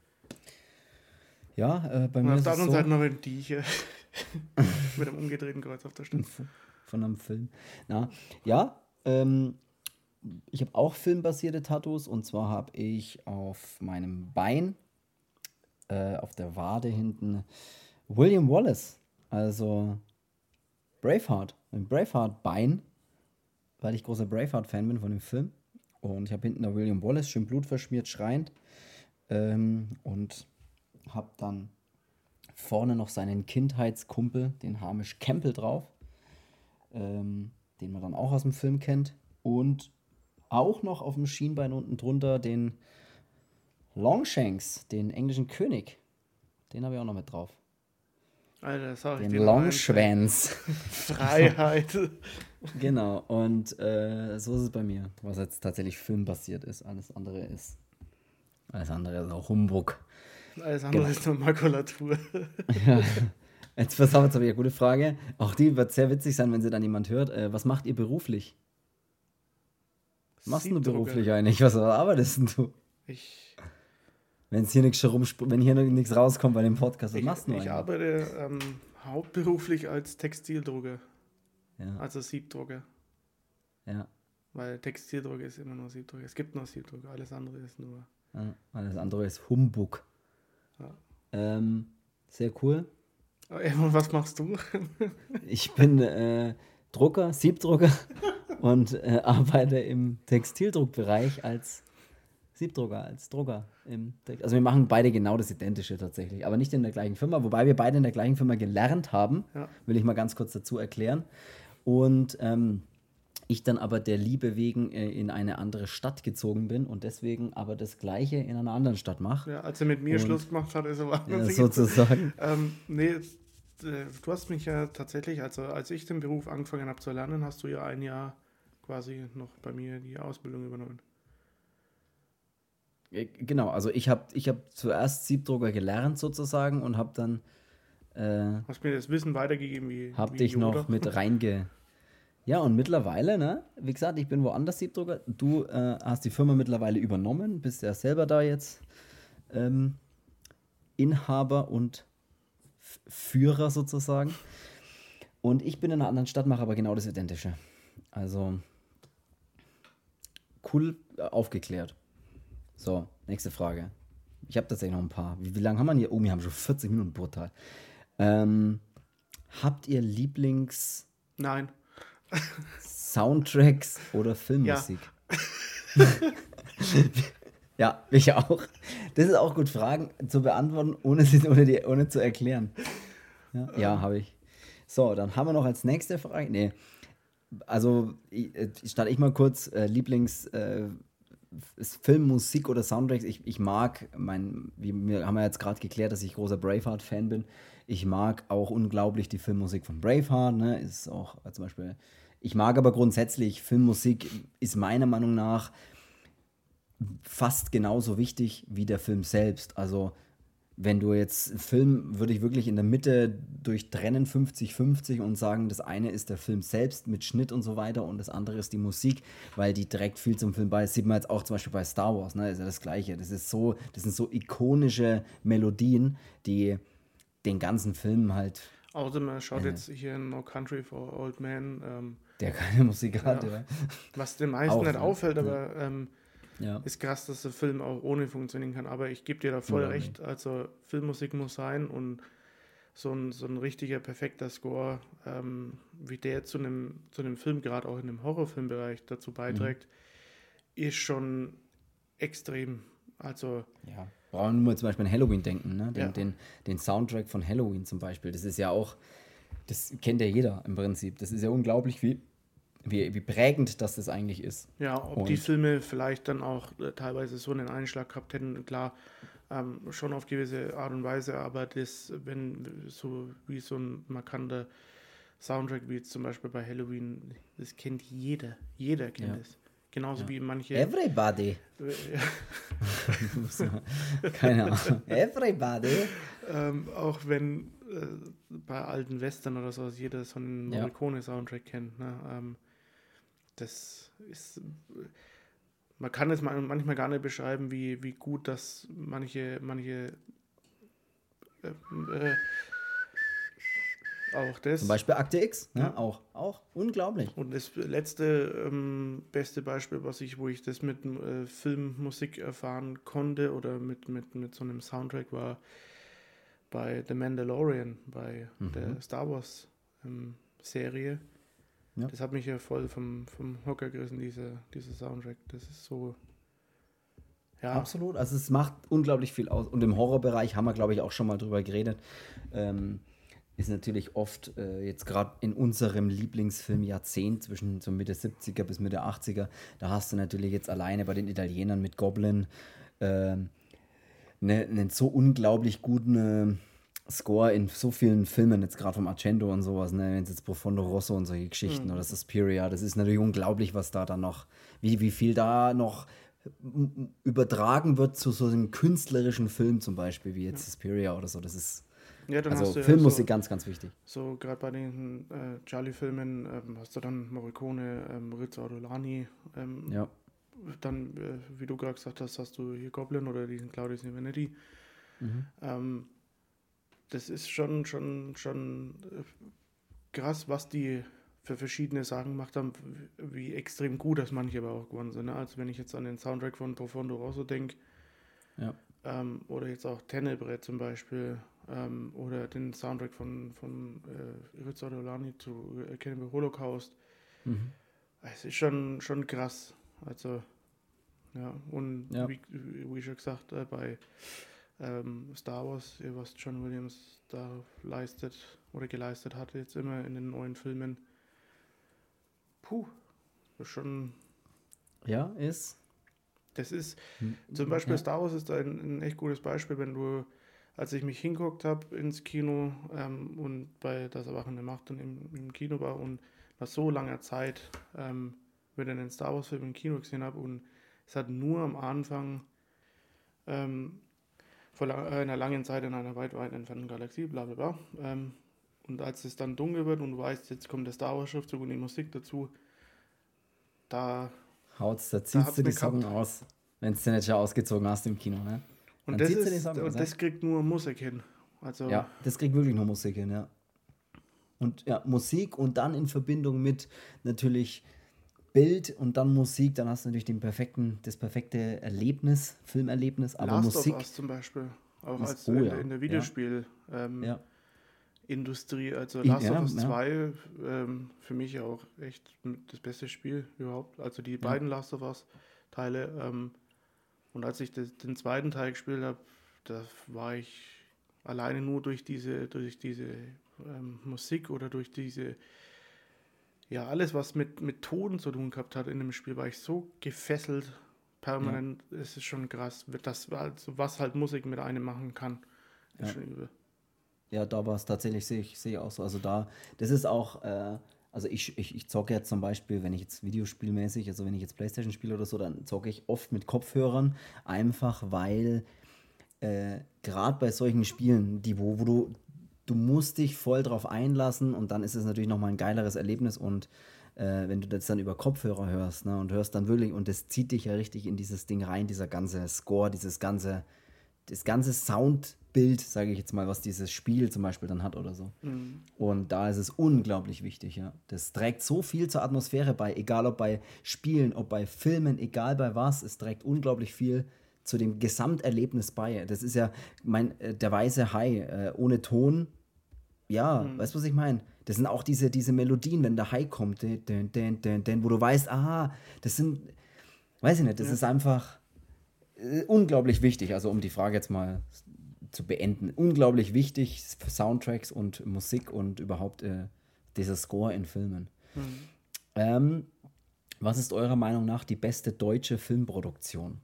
Ja, bei Und mir auf ist der es anderen so, Seite noch ein die hier mit einem umgedrehten Kreuz auf der Stirn. von einem Film. Na, ja, ich habe auch filmbasierte Tattoos und zwar habe ich auf meinem Bein, auf der Wade hinten, William Wallace, also Braveheart, ein Braveheart-Bein, weil ich großer Braveheart-Fan bin von dem Film. Und ich habe hinten da William Wallace, schön blutverschmiert, schreiend. Und habe dann vorne noch seinen Kindheitskumpel, den Hamish Campbell, drauf, den man dann auch aus dem Film kennt. Und auch noch auf dem Schienbein unten drunter den Longshanks, den englischen König. Den habe ich auch noch mit drauf. Alter, das sag ich Den dir noch eins, ey. Longschwanz. Freiheit. Genau, und so ist es bei mir, was jetzt tatsächlich filmbasiert ist. Alles andere ist auch Humbug. Alles andere Genau. ist nur Makulatur. Ja. Jetzt pass auf, jetzt habe ich eine gute Frage. Auch die wird sehr witzig sein, wenn sie dann jemand hört. Was macht ihr beruflich? Was machst du Siebdrucker. beruflich eigentlich? Was arbeitest denn du? Ich, Wenn hier nichts rauskommt bei dem Podcast, was machst du ich eigentlich? arbeite hauptberuflich als Textildrucker, Ja, also Siebdrucker. ja, Weil Textildrucker ist immer nur Siebdrucker. Es gibt nur Siebdrucker, alles andere ist nur. ja. Alles andere ist Humbug. Ja. Sehr cool. Und was machst du? Ich bin Drucker, Siebdrucker und arbeite im Textildruckbereich als Siebdrucker, als Drucker. Also wir machen beide genau das Identische tatsächlich, aber nicht in der gleichen Firma, wobei wir beide in der gleichen Firma gelernt haben, Ja. will ich mal ganz kurz dazu erklären. Und ich dann aber der Liebe wegen in eine andere Stadt gezogen bin und deswegen aber das Gleiche in einer anderen Stadt mache. Ja, als er mit mir Und- Schluss gemacht hat, ist er wahnsinnig. Sozusagen. Nee, du hast mich ja tatsächlich, also als ich den Beruf angefangen habe zu lernen, hast du ja ein Jahr quasi noch bei mir die Ausbildung übernommen. Genau, also ich hab zuerst Siebdrucker gelernt sozusagen und habe dann Hast mir das Wissen weitergegeben wie hab wie dich Yoda. noch mit Ja, und mittlerweile, ne, wie gesagt, ich bin woanders Siebdrucker. Du hast die Firma mittlerweile übernommen, bist ja selber da jetzt Inhaber und Führer sozusagen. Und ich bin in einer anderen Stadt, mache aber genau das Identische. Also cool aufgeklärt. So, nächste Frage. Ich habe tatsächlich noch ein paar. Wie lange haben wir hier? Oh, wir haben schon 40 Minuten, brutal. Habt ihr Nein. Lieblings-Soundtracks oder Filmmusik? Ja, ich auch. Das ist auch gut, Fragen zu beantworten, ohne zu erklären. Ja, habe ich. So, dann haben wir noch als nächste Frage. Nee, also starte ich mal kurz. Filmmusik oder Soundtracks. Ich mag, wir haben ja jetzt gerade geklärt, dass ich großer Braveheart-Fan bin. Ich mag auch unglaublich die Filmmusik von Braveheart. Ne? Ist auch zum Beispiel. Ich mag aber grundsätzlich Filmmusik, ist meiner Meinung nach fast genauso wichtig wie der Film selbst. Also wenn du jetzt einen Film, würde ich wirklich in der Mitte durchtrennen, 50-50 und sagen, das eine ist der Film selbst mit Schnitt und so weiter und das andere ist die Musik, weil die trägt viel zum Film bei. Das sieht man jetzt auch zum Beispiel bei Star Wars, ne? Ist ja das Gleiche. Das sind so ikonische Melodien, die den ganzen Film halt, Außer man schaut äh, jetzt hier in No Country for Old Men, der keine Musik hat, ja, ja. was den meisten Auch, nicht ne? auffällt, Ja. aber Ja. ist krass, dass der Film auch ohne funktionieren kann. Aber ich gebe dir da voll Unglaublich. recht. Also Filmmusik muss sein und so ein richtiger, perfekter Score, wie der zu einem Film, gerade auch in dem Horrorfilmbereich dazu Mhm. beiträgt, ist schon extrem. Also, Ja. Brauchen wir nur zum Beispiel an Halloween denken, ne? ja, Den Soundtrack von Halloween zum Beispiel. Das ist ja auch, das kennt ja jeder im Prinzip. Das ist ja unglaublich, wie prägend das eigentlich ist. ja, ob die Und Filme vielleicht dann auch teilweise so einen Einschlag gehabt hätten, klar, schon auf gewisse Art und Weise, aber das, wenn so wie so ein markanter Soundtrack, wie jetzt zum Beispiel bei Halloween, das kennt jeder. Jeder kennt ja, es. Genauso ja. wie manche, Everybody. Keine Ahnung. Everybody. auch wenn bei alten Western oder sowas jeder so einen Ja, Morricone-Soundtrack kennt. Ne? Das ist, man kann es manchmal gar nicht beschreiben, wie gut das manche äh, auch zum das. Beispiel Akte X, Ja. ne? Auch unglaublich. Und das letzte beste Beispiel, wo ich das mit Filmmusik erfahren konnte oder mit so einem Soundtrack war bei The Mandalorian, bei Mhm. der Star Wars Serie. Ja, Das hat mich ja voll vom Hocker gerissen, dieser Soundtrack. Das ist so, ja, absolut. Also es macht unglaublich viel aus. Und im Horrorbereich haben wir, glaube ich, auch schon mal drüber geredet. Ähm, ist natürlich oft jetzt gerade in unserem Lieblingsfilm Jahrzehnt zwischen so Mitte 70er bis Mitte 80er, da hast du natürlich jetzt alleine bei den Italienern mit Goblin ähm, einen so unglaublich guten Score in so vielen Filmen, jetzt gerade vom Argento und sowas, ne, wenn es jetzt Profondo Rosso und solche Geschichten oder Suspiria, das ist natürlich unglaublich, was da dann noch, wie viel da noch übertragen wird zu so einem künstlerischen Film zum Beispiel, wie ja. jetzt Suspiria oder so. Das ist, Ja, dann also hast du ja Filmmusik ganz, ganz wichtig. so gerade bei den Charlie-Filmen hast du dann Morricone, Rizzo Ortolani, Ja, dann, wie du gerade gesagt hast, hast du hier Goblin oder diesen Claudio Simonetti. mhm. Ähm, Das ist schon krass, was die für verschiedene Sachen gemacht haben, wie extrem gut das manche aber auch geworden sind. Ne? Also wenn ich jetzt an den Soundtrack von Profondo Rosso denke, Ja, oder jetzt auch Tenebrae zum Beispiel, oder den Soundtrack von Rizzo Ortolani zu Cannibal Holocaust, mhm. es ist schon krass. Also, ja, und Ja, wie schon gesagt, bei Star Wars, was John Williams da leistet oder geleistet hat, jetzt immer in den neuen Filmen. Puh, das ist schon. ja, ist, Das ist, zum Beispiel ja, Star Wars ist ein echt gutes Beispiel, wenn du, als ich mich hinguckt habe ins Kino und bei Das Erwachen der Macht dann im Kino war und nach so langer Zeit wieder einen Star Wars-Film im Kino gesehen habe und es hat nur am Anfang ähm, vor einer langen Zeit in einer weit, weit entfernten Galaxie, bla bla bla. Und als es dann dunkel wird und du weißt, jetzt kommt der Star Wars-Schriftzug und die Musik dazu, da, da da ziehst hat du es die mich Socken gehabt. aus, wenn du nicht schon ausgezogen hast im Kino, ne? Und Dann das ziehst du die ist, Socken aus, und ja? das kriegt nur Musik hin. Also, Ja, das kriegt wirklich nur Musik hin, ja. Und ja, Musik und dann in Verbindung mit natürlich Bild und dann Musik, dann hast du natürlich das perfekte Erlebnis, Filmerlebnis, aber Last of Musik Us zum Beispiel, auch ist, als oh in ja, der ja, Videospielindustrie, ja, also Last of ja, Us ja, 2, für mich auch echt das beste Spiel überhaupt. Also die ja, beiden Last of Us Teile. Und als ich den zweiten Teil gespielt habe, da war ich alleine nur durch diese Musik oder durch diese, ja, alles, was mit Ton zu tun gehabt hat in dem Spiel, war ich so gefesselt, ja, permanent. Es ist schon krass, also was halt Musik mit einem machen kann. Ist ja. schon übel. Ja, da war es tatsächlich, sehe ich auch so. Also da, das ist auch, Also ich zocke jetzt zum Beispiel, wenn ich jetzt videospielmäßig, also wenn ich jetzt PlayStation spiele oder so, dann zocke ich oft mit Kopfhörern, einfach weil gerade bei solchen Spielen, wo du musst dich voll drauf einlassen und dann ist es natürlich nochmal ein geileres Erlebnis und wenn du das dann über Kopfhörer hörst, ne, und hörst dann wirklich, und das zieht dich ja richtig in dieses Ding rein, dieser ganze Score, das ganze Soundbild, sage ich jetzt mal, was dieses Spiel zum Beispiel dann hat oder so. Mhm. Und da ist es unglaublich wichtig, ja. Das trägt so viel zur Atmosphäre bei, egal ob bei Spielen, ob bei Filmen, egal bei was, es trägt unglaublich viel zu dem Gesamterlebnis bei. Das ist ja der weiße Hai ohne Ton. Ja, Mhm. weißt du, was ich meine? Das sind auch diese Melodien, wenn der Hai kommt, wo du weißt, aha, das sind, weiß ich nicht, das Ja. ist einfach unglaublich wichtig. Also um die Frage jetzt mal zu beenden, unglaublich wichtig für Soundtracks und Musik und überhaupt dieser Score in Filmen. Mhm. Ähm, Was ist eurer Meinung nach die beste deutsche Filmproduktion?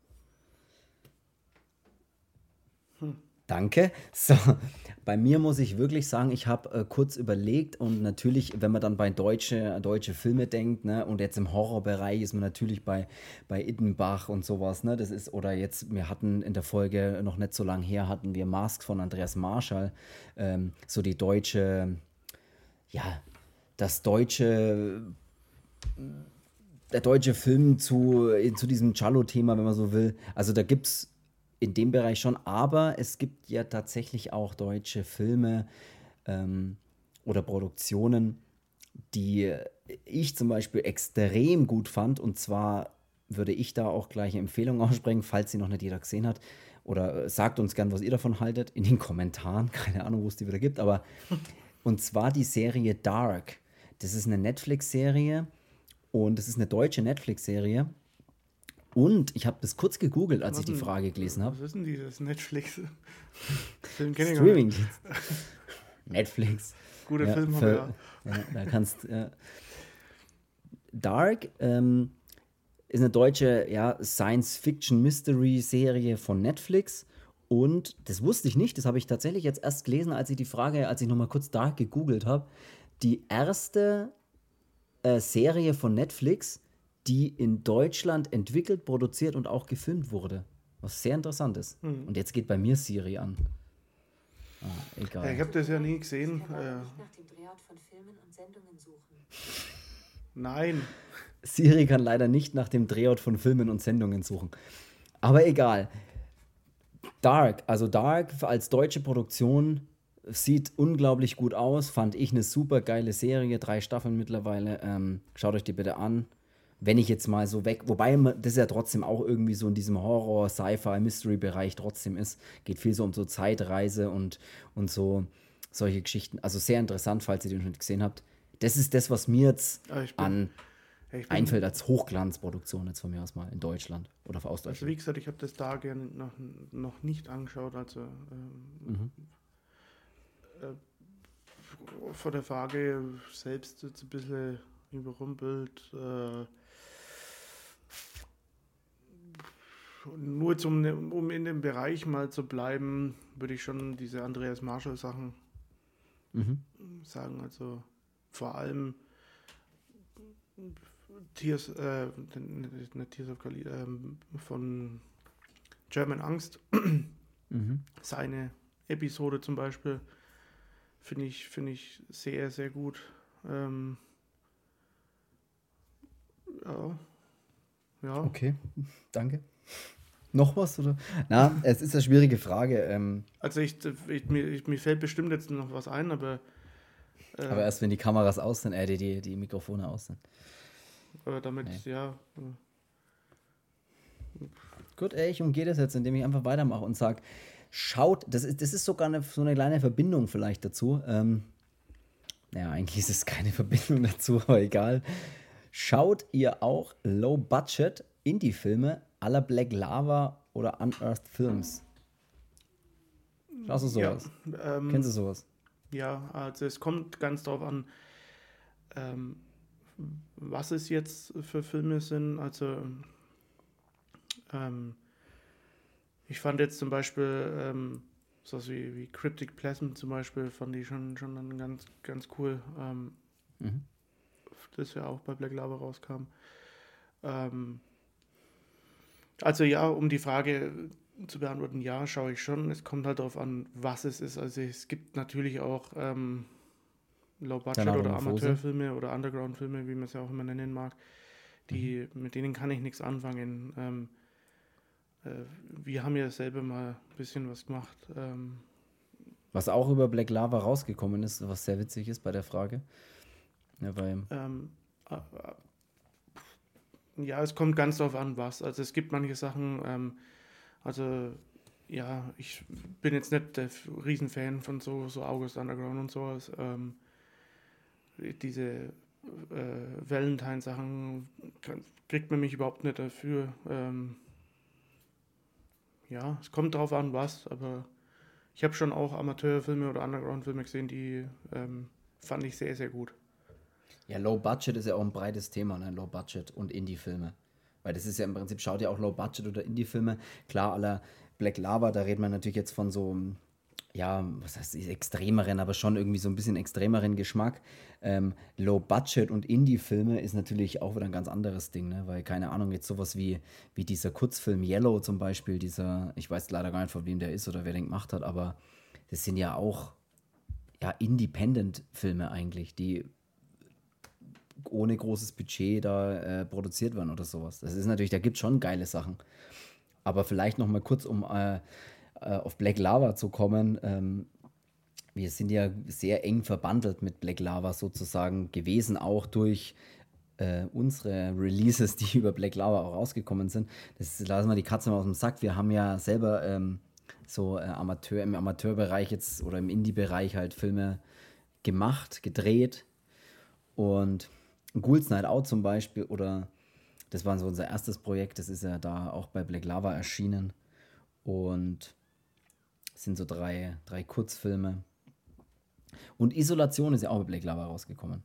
Danke. So, bei mir muss ich wirklich sagen, ich habe kurz überlegt und natürlich, wenn man dann bei deutsche Filme denkt, ne, und jetzt im Horrorbereich ist man natürlich bei Iddenbach und sowas, ne, das ist, oder jetzt, wir hatten in der Folge noch nicht so lang her, hatten wir Mask von Andreas Marschall, so die deutsche, ja, das deutsche, der deutsche Film zu diesem Cello-Thema, wenn man so will. Also da gibt es in dem Bereich schon, aber es gibt ja tatsächlich auch deutsche Filme ähm, oder Produktionen, die ich zum Beispiel extrem gut fand. Und zwar würde ich da auch gleich eine Empfehlung aussprechen, falls sie noch nicht jeder gesehen hat. Oder sagt uns gern, was ihr davon haltet, in den Kommentaren. Keine Ahnung, wo es die wieder gibt. Aber und zwar die Serie Dark. Das ist eine Netflix-Serie und es ist eine deutsche Netflix-Serie. Und ich habe das kurz gegoogelt, als ich die Frage gelesen habe. Was ist denn dieses Netflix? Den kenne ich gar nicht. Streaming-Dienst. Netflix. Gute Ja, Film habe ich ja. da kannst. Dark ist eine deutsche Science-Fiction-Mystery-Serie von Netflix. Und das wusste ich nicht, das habe ich tatsächlich jetzt erst gelesen, als ich nochmal kurz Dark gegoogelt habe. Die erste Serie von Netflix, die in Deutschland entwickelt, produziert und auch gefilmt wurde. Was sehr interessant ist. Hm. Und jetzt geht bei mir Siri an. Ah, Ja, egal. ich habe das ja nie gesehen. Ich kann aber nicht nach dem Drehort von Filmen und Sendungen suchen. Nein. Siri kann leider nicht nach dem Drehort von Filmen und Sendungen suchen. Aber egal. Dark, also Dark als deutsche Produktion sieht unglaublich gut aus. Fand ich eine super geile Serie, 3 Staffeln mittlerweile. Schaut euch die bitte an. Wenn ich jetzt mal so weg, wobei das ja trotzdem auch irgendwie so in diesem Horror, Sci-Fi, Mystery-Bereich trotzdem ist. Geht viel so um so Zeitreise und so solche Geschichten. Also sehr interessant, falls ihr den schon gesehen habt. Das ist das, was mir jetzt Aber ich an bin, einfällt als Hochglanzproduktion jetzt von mir aus mal in Deutschland oder aus also Deutschland. wie gesagt, ich habe das da gerne noch nicht angeschaut. Also vor der Frage selbst jetzt ein bisschen überrumpelt. Nur jetzt, um in dem Bereich mal zu bleiben, würde ich schon diese Andreas Marschall-Sachen Mhm. sagen. Also vor allem Tears, nicht Tears of Kali, von German Angst. Mhm. Seine Episode zum Beispiel finde ich sehr, sehr gut. Ja. Ja. Okay, danke. Noch was? Oder? Na, es ist eine schwierige Frage. Also mir fällt bestimmt jetzt noch was ein, aber Aber erst wenn die Kameras aus sind, die Mikrofone aus sind. damit, Nee. ja. Gut, ich umgehe das jetzt, indem ich einfach weitermache und sage, schaut, das ist sogar so eine kleine Verbindung vielleicht dazu. Naja, eigentlich ist es keine Verbindung dazu, aber egal. Schaut ihr auch Low-Budget Indie-Filme à la Black Lava oder Unearthed Films? Schaust du sowas? Kennst du sowas? Ja, also es kommt ganz drauf an, ähm, was es jetzt für Filme sind. Also ich fand jetzt zum Beispiel sowas wie Cryptic Pleasant zum Beispiel, fand ich schon dann ganz, ganz cool. Mhm. das ja auch bei Black Lava rauskam. Ähm, also ja, um die Frage zu beantworten, ja, schaue ich schon. Es kommt halt darauf an, was es ist. Also es gibt natürlich auch Low-Budget- oder Metamorphose. Amateurfilme oder Underground-Filme, wie man es ja auch immer nennen mag, mit denen kann ich nichts anfangen. Wir haben ja selber mal ein bisschen was gemacht. Was auch über Black Lava rausgekommen ist, was sehr witzig ist bei der Frage. Ja, weil, Äh, ja, es kommt ganz darauf an, was. Also es gibt manche Sachen, also ja, ich bin jetzt nicht der Riesenfan von so August Underground und sowas. Diese Valentine-Sachen kriegt man mich überhaupt nicht dafür. Ja, es kommt drauf an, was, aber ich habe schon auch Amateurfilme oder Underground-Filme gesehen, die fand ich sehr, sehr gut. ja, Low Budget ist ja auch ein breites Thema, ne? Low Budget und Indie-Filme. Weil das ist ja im Prinzip, schaut ja auch Low Budget oder Indie-Filme. Klar, aller Black Lava, da redet man natürlich jetzt von so, ja, was heißt extremeren, aber schon irgendwie so ein bisschen extremeren Geschmack. Low Budget und Indie-Filme ist natürlich auch wieder ein ganz anderes Ding, ne? Weil, keine Ahnung, jetzt sowas wie dieser Kurzfilm Yellow zum Beispiel, dieser, ich weiß leider gar nicht, von wem der ist oder wer den gemacht hat, aber das sind ja auch ja, Independent-Filme eigentlich, die ohne großes Budget da produziert werden oder sowas. Das ist natürlich, da gibt es schon geile Sachen. Aber vielleicht noch mal kurz, um auf Black Lava zu kommen. Wir sind ja sehr eng verbandelt mit Black Lava sozusagen gewesen, auch durch unsere Releases, die über Black Lava auch rausgekommen sind. Das lassen wir die Katze mal aus dem Sack. Wir haben ja selber so im Amateurbereich jetzt oder im Indie-Bereich halt Filme gemacht, gedreht. Und Ghouls Night Out zum Beispiel, oder das war so unser erstes Projekt, das ist ja da auch bei Black Lava erschienen. Und es sind so drei Kurzfilme. Und Isolation ist ja auch bei Black Lava rausgekommen.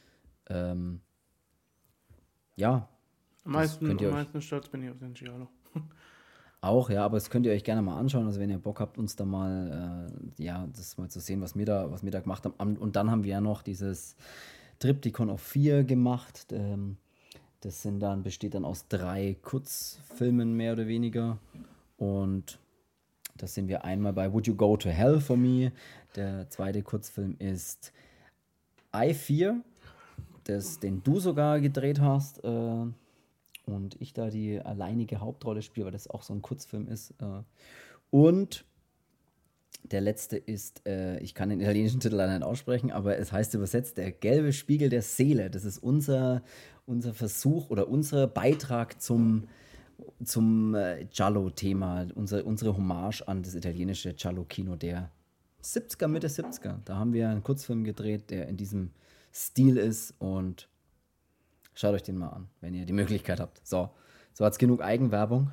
Ja, Am das könnt ihr euch meisten stolz bin ich auf den Giallo. auch, ja, aber das könnt ihr euch gerne mal anschauen. Also wenn ihr Bock habt, uns da mal, ja, das mal zu sehen, was wir da gemacht haben. Und dann haben wir ja noch dieses Triptychon of 4 gemacht. Das besteht dann aus 3 Kurzfilmen mehr oder weniger. Und das sind wir einmal bei Would You Go to Hell for Me. Der zweite Kurzfilm ist I4, den du sogar gedreht hast. Und ich da die alleinige Hauptrolle spiele, weil das auch so ein Kurzfilm ist. Und der letzte ist, ich kann den italienischen Titel leider nicht aussprechen, aber es heißt übersetzt Der gelbe Spiegel der Seele. Das ist unser Versuch oder unser Beitrag zum Giallo-Thema, unsere Hommage an das italienische Giallo-Kino der 70er, Mitte 70er. Da haben wir einen Kurzfilm gedreht, der in diesem Stil ist, und schaut euch den mal an, wenn ihr die Möglichkeit habt. So hat's genug Eigenwerbung.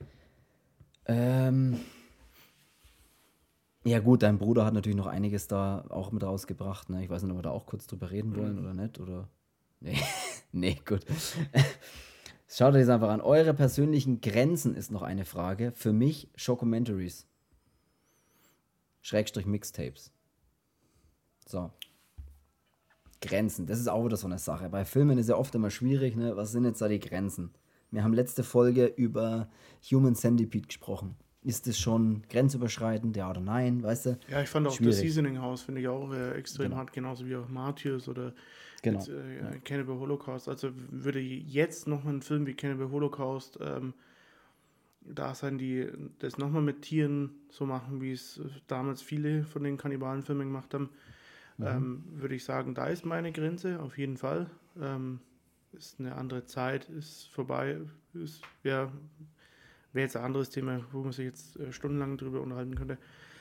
Ja gut, dein Bruder hat natürlich noch einiges da auch mit rausgebracht. Ne? Ich weiß nicht, ob wir da auch kurz drüber reden wollen oder nicht. Oder nee, nee, gut. Schaut euch das einfach an. Eure persönlichen Grenzen ist noch eine Frage. Für mich Shockumentaries. Schrägstrich Mixtapes. So. Grenzen, das ist auch wieder so eine Sache. Bei Filmen ist ja oft immer schwierig, ne? Was sind jetzt da die Grenzen? Wir haben letzte Folge über Human Centipede gesprochen. Ist das schon grenzüberschreitend, ja oder nein, weißt du? Ja, ich fand auch Schwierig. das Seasoning House, finde ich auch extrem Genau. hart, genauso wie auch Martyrs oder Genau. jetzt, Cannibal Holocaust. Also würde jetzt nochmal ein Film wie Cannibal Holocaust da sein, die das nochmal mit Tieren so machen, wie es damals viele von den Kannibalenfilmen gemacht haben, würde ich sagen, da ist meine Grenze, auf jeden Fall. Ist eine andere Zeit, ist vorbei, wäre jetzt ein anderes Thema, wo man sich jetzt stundenlang drüber unterhalten könnte.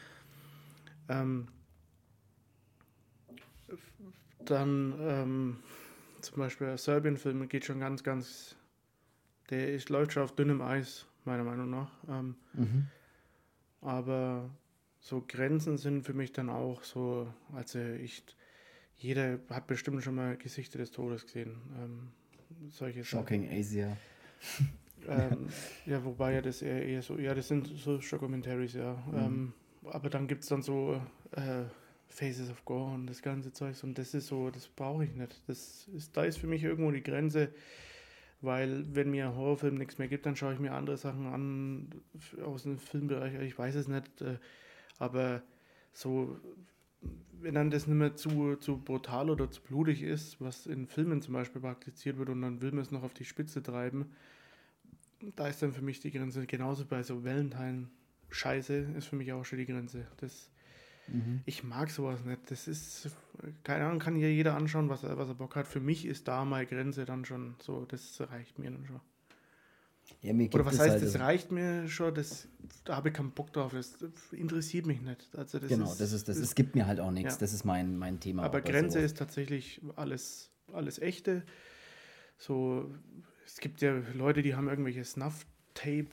Dann zum Beispiel der Serbien-Film geht schon ganz, läuft schon auf dünnem Eis, meiner Meinung nach. Aber so Grenzen sind für mich dann auch so, also jeder hat bestimmt schon mal Gesichter des Todes gesehen. Solche Shocking Asia. ja, wobei ja das eher so, ja, das sind so Shockumentaries, ja. Aber dann gibt es dann so Faces of Gore und das ganze Zeug. Und das ist so, das brauche ich nicht. Da ist für mich irgendwo die Grenze, weil wenn mir ein Horrorfilm nichts mehr gibt, dann schaue ich mir andere Sachen an aus dem Filmbereich. Ich weiß es nicht, aber so, wenn dann das nicht mehr zu brutal oder zu blutig ist, was in Filmen zum Beispiel praktiziert wird und dann will man es noch auf die Spitze treiben, da ist dann für mich die Grenze. Genauso bei so Valentine-Scheiße ist für mich auch schon die Grenze. Ich mag sowas nicht. Das ist, keine Ahnung, kann hier jeder anschauen, was er Bock hat. Für mich ist da meine Grenze dann schon so, das reicht mir dann schon. Ja, mir Oder gibt was es heißt, halt, das reicht mir schon, da habe ich keinen Bock drauf, das interessiert mich nicht. Also genau, es gibt mir halt auch nichts. Ja. Das ist mein Thema. Aber auch bei Grenze sowas. ist tatsächlich alles echte. So, es gibt ja Leute, die haben irgendwelche Snuff-Tape,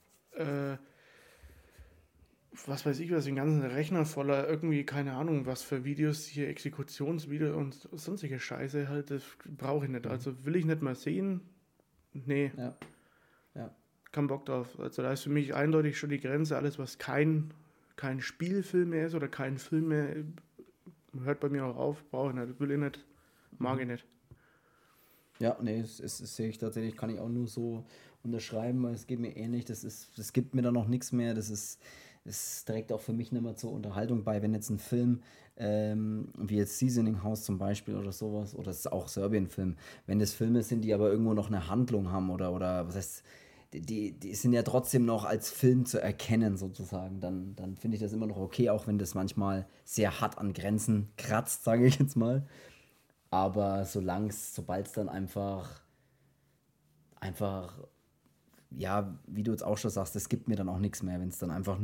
was weiß ich was, den ganzen Rechner voller irgendwie, keine Ahnung, was für Videos, hier Exekutionsvideo und sonstige Scheiße halt, das brauche ich nicht. Also will ich nicht mal sehen, nee, Ja. Ja. kein Bock drauf. Also da ist für mich eindeutig schon die Grenze, alles was kein Spielfilm mehr ist oder kein Film mehr, hört bei mir auch auf, brauche ich nicht, will ich nicht, mag ich nicht. Ja, nee, das sehe ich tatsächlich, kann ich auch nur so unterschreiben, weil es geht mir ähnlich. Das gibt mir dann noch nichts mehr. Es trägt auch für mich nicht mehr zur Unterhaltung bei, wenn jetzt ein Film, wie jetzt Seasoning House zum Beispiel oder sowas, oder es ist auch Serbien-Film, wenn das Filme sind, die aber irgendwo noch eine Handlung haben oder was heißt, die sind ja trotzdem noch als Film zu erkennen sozusagen, dann finde ich das immer noch okay, auch wenn das manchmal sehr hart an Grenzen kratzt, sage ich jetzt mal. Aber sobald es dann einfach, ja, wie du jetzt auch schon sagst, es gibt mir dann auch nichts mehr, wenn es dann einfach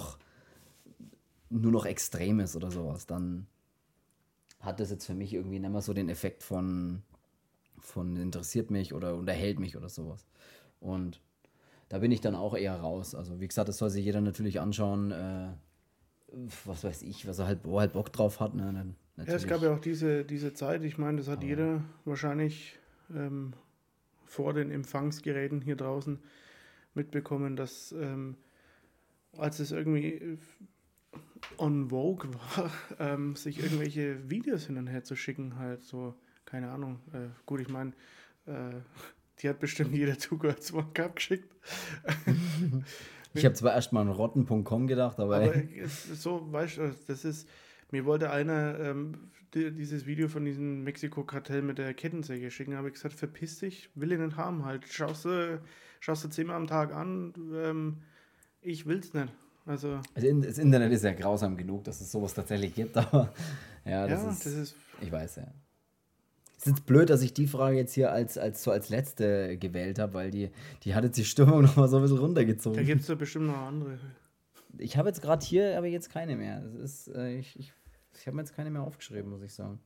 nur noch extrem ist oder sowas, dann hat das jetzt für mich irgendwie nicht mehr so den Effekt von interessiert mich oder unterhält mich oder sowas. Und da bin ich dann auch eher raus. Also wie gesagt, das soll sich jeder natürlich anschauen, was weiß ich, wo er halt Bock drauf hat. Ne? Dann Ja, es gab ja auch diese Zeit, ich meine, das hat jeder wahrscheinlich vor den Empfangsgeräten hier draußen mitbekommen, dass als es irgendwie on vogue war, sich irgendwelche Videos hin und her zu schicken, halt so, keine Ahnung, gut, ich meine, die hat bestimmt jeder Zugehörsmann abgeschickt. Ich habe zwar erst mal an rotten.com gedacht, aber So, weißt du, das ist, mir wollte einer dieses Video von diesem Mexiko-Kartell mit der Kettensäge schicken, habe ich gesagt, verpiss dich, will ich nicht haben, halt, schaust du 10-mal am Tag an, ich will's nicht. Also das Internet ist ja grausam genug, dass es sowas tatsächlich gibt, aber ja, das ist ich weiß ja. Es ist jetzt blöd, dass ich die Frage jetzt hier als letzte gewählt habe, weil die hat jetzt die Stimmung noch mal so ein bisschen da runtergezogen. gibt es da bestimmt noch andere. Ich habe jetzt gerade hier aber jetzt keine mehr. Das ist, ich habe mir jetzt keine mehr aufgeschrieben, muss ich sagen.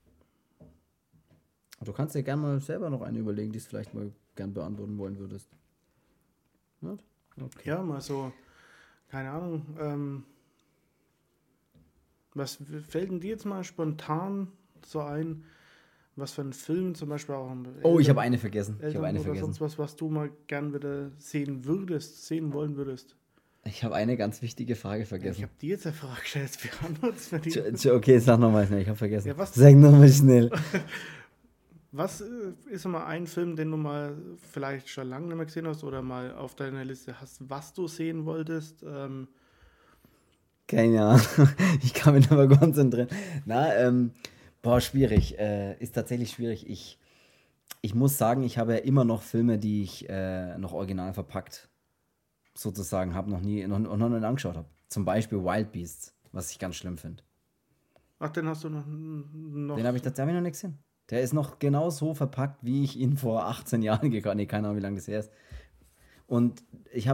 Du kannst dir gerne mal selber noch eine überlegen, die es vielleicht mal gern beantworten wollen würdest. Nicht? Okay. Ja, mal so, keine Ahnung, was fällt denn dir jetzt mal spontan so ein, was für ein Film zum Beispiel auch Oh, ich habe eine vergessen. oder sonst was du mal gern wieder sehen wollen würdest? Ich habe eine ganz wichtige Frage Ich vergessen. habe dir jetzt eine Frage gestellt, jetzt beantwortest du die. Okay, sag nochmal schnell, ich habe vergessen. Ja, was- Sag nochmal schnell. Was ist mal ein Film, den du mal vielleicht schon lange nicht mehr gesehen hast oder mal auf deiner Liste hast, was du sehen wolltest? Keine Ahnung. Ich kann mich noch mal konzentrieren. Boah, schwierig. Ist tatsächlich schwierig. Ich muss sagen, ich habe ja immer noch Filme, die ich noch original verpackt sozusagen habe, noch nicht angeschaut habe. Zum Beispiel Wild Beasts, was ich ganz schlimm finde. Ach, den hast du noch. Den habe ich noch nicht gesehen. Der ist noch genau so verpackt, wie ich ihn vor 18 Jahren gekannt. Nee, keine Ahnung, wie lange das her ist. Und ich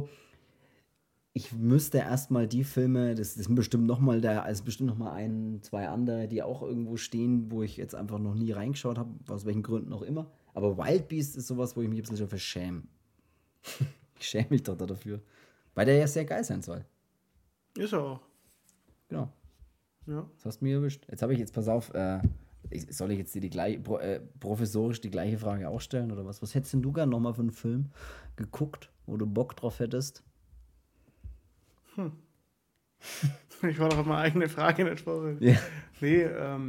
müsste erstmal die Filme, das sind bestimmt nochmal bestimmt noch mal ein, zwei andere, die auch irgendwo stehen, wo ich jetzt einfach noch nie reingeschaut habe, aus welchen Gründen auch immer. Aber Wild Beast ist sowas, wo ich mich ein bisschen schon verschäme. Ich schäme mich doch dafür. Weil der ja sehr geil sein soll. Ist er auch. Genau. Ja. Das hast du mir erwischt. Pass auf, soll ich jetzt dir professorisch die gleiche Frage auch stellen oder was? Was hättest denn du gern nochmal für einen Film geguckt, wo du Bock drauf hättest? Ich war doch auf meine eigene Frage nicht vorbereitet. Ja. Nee,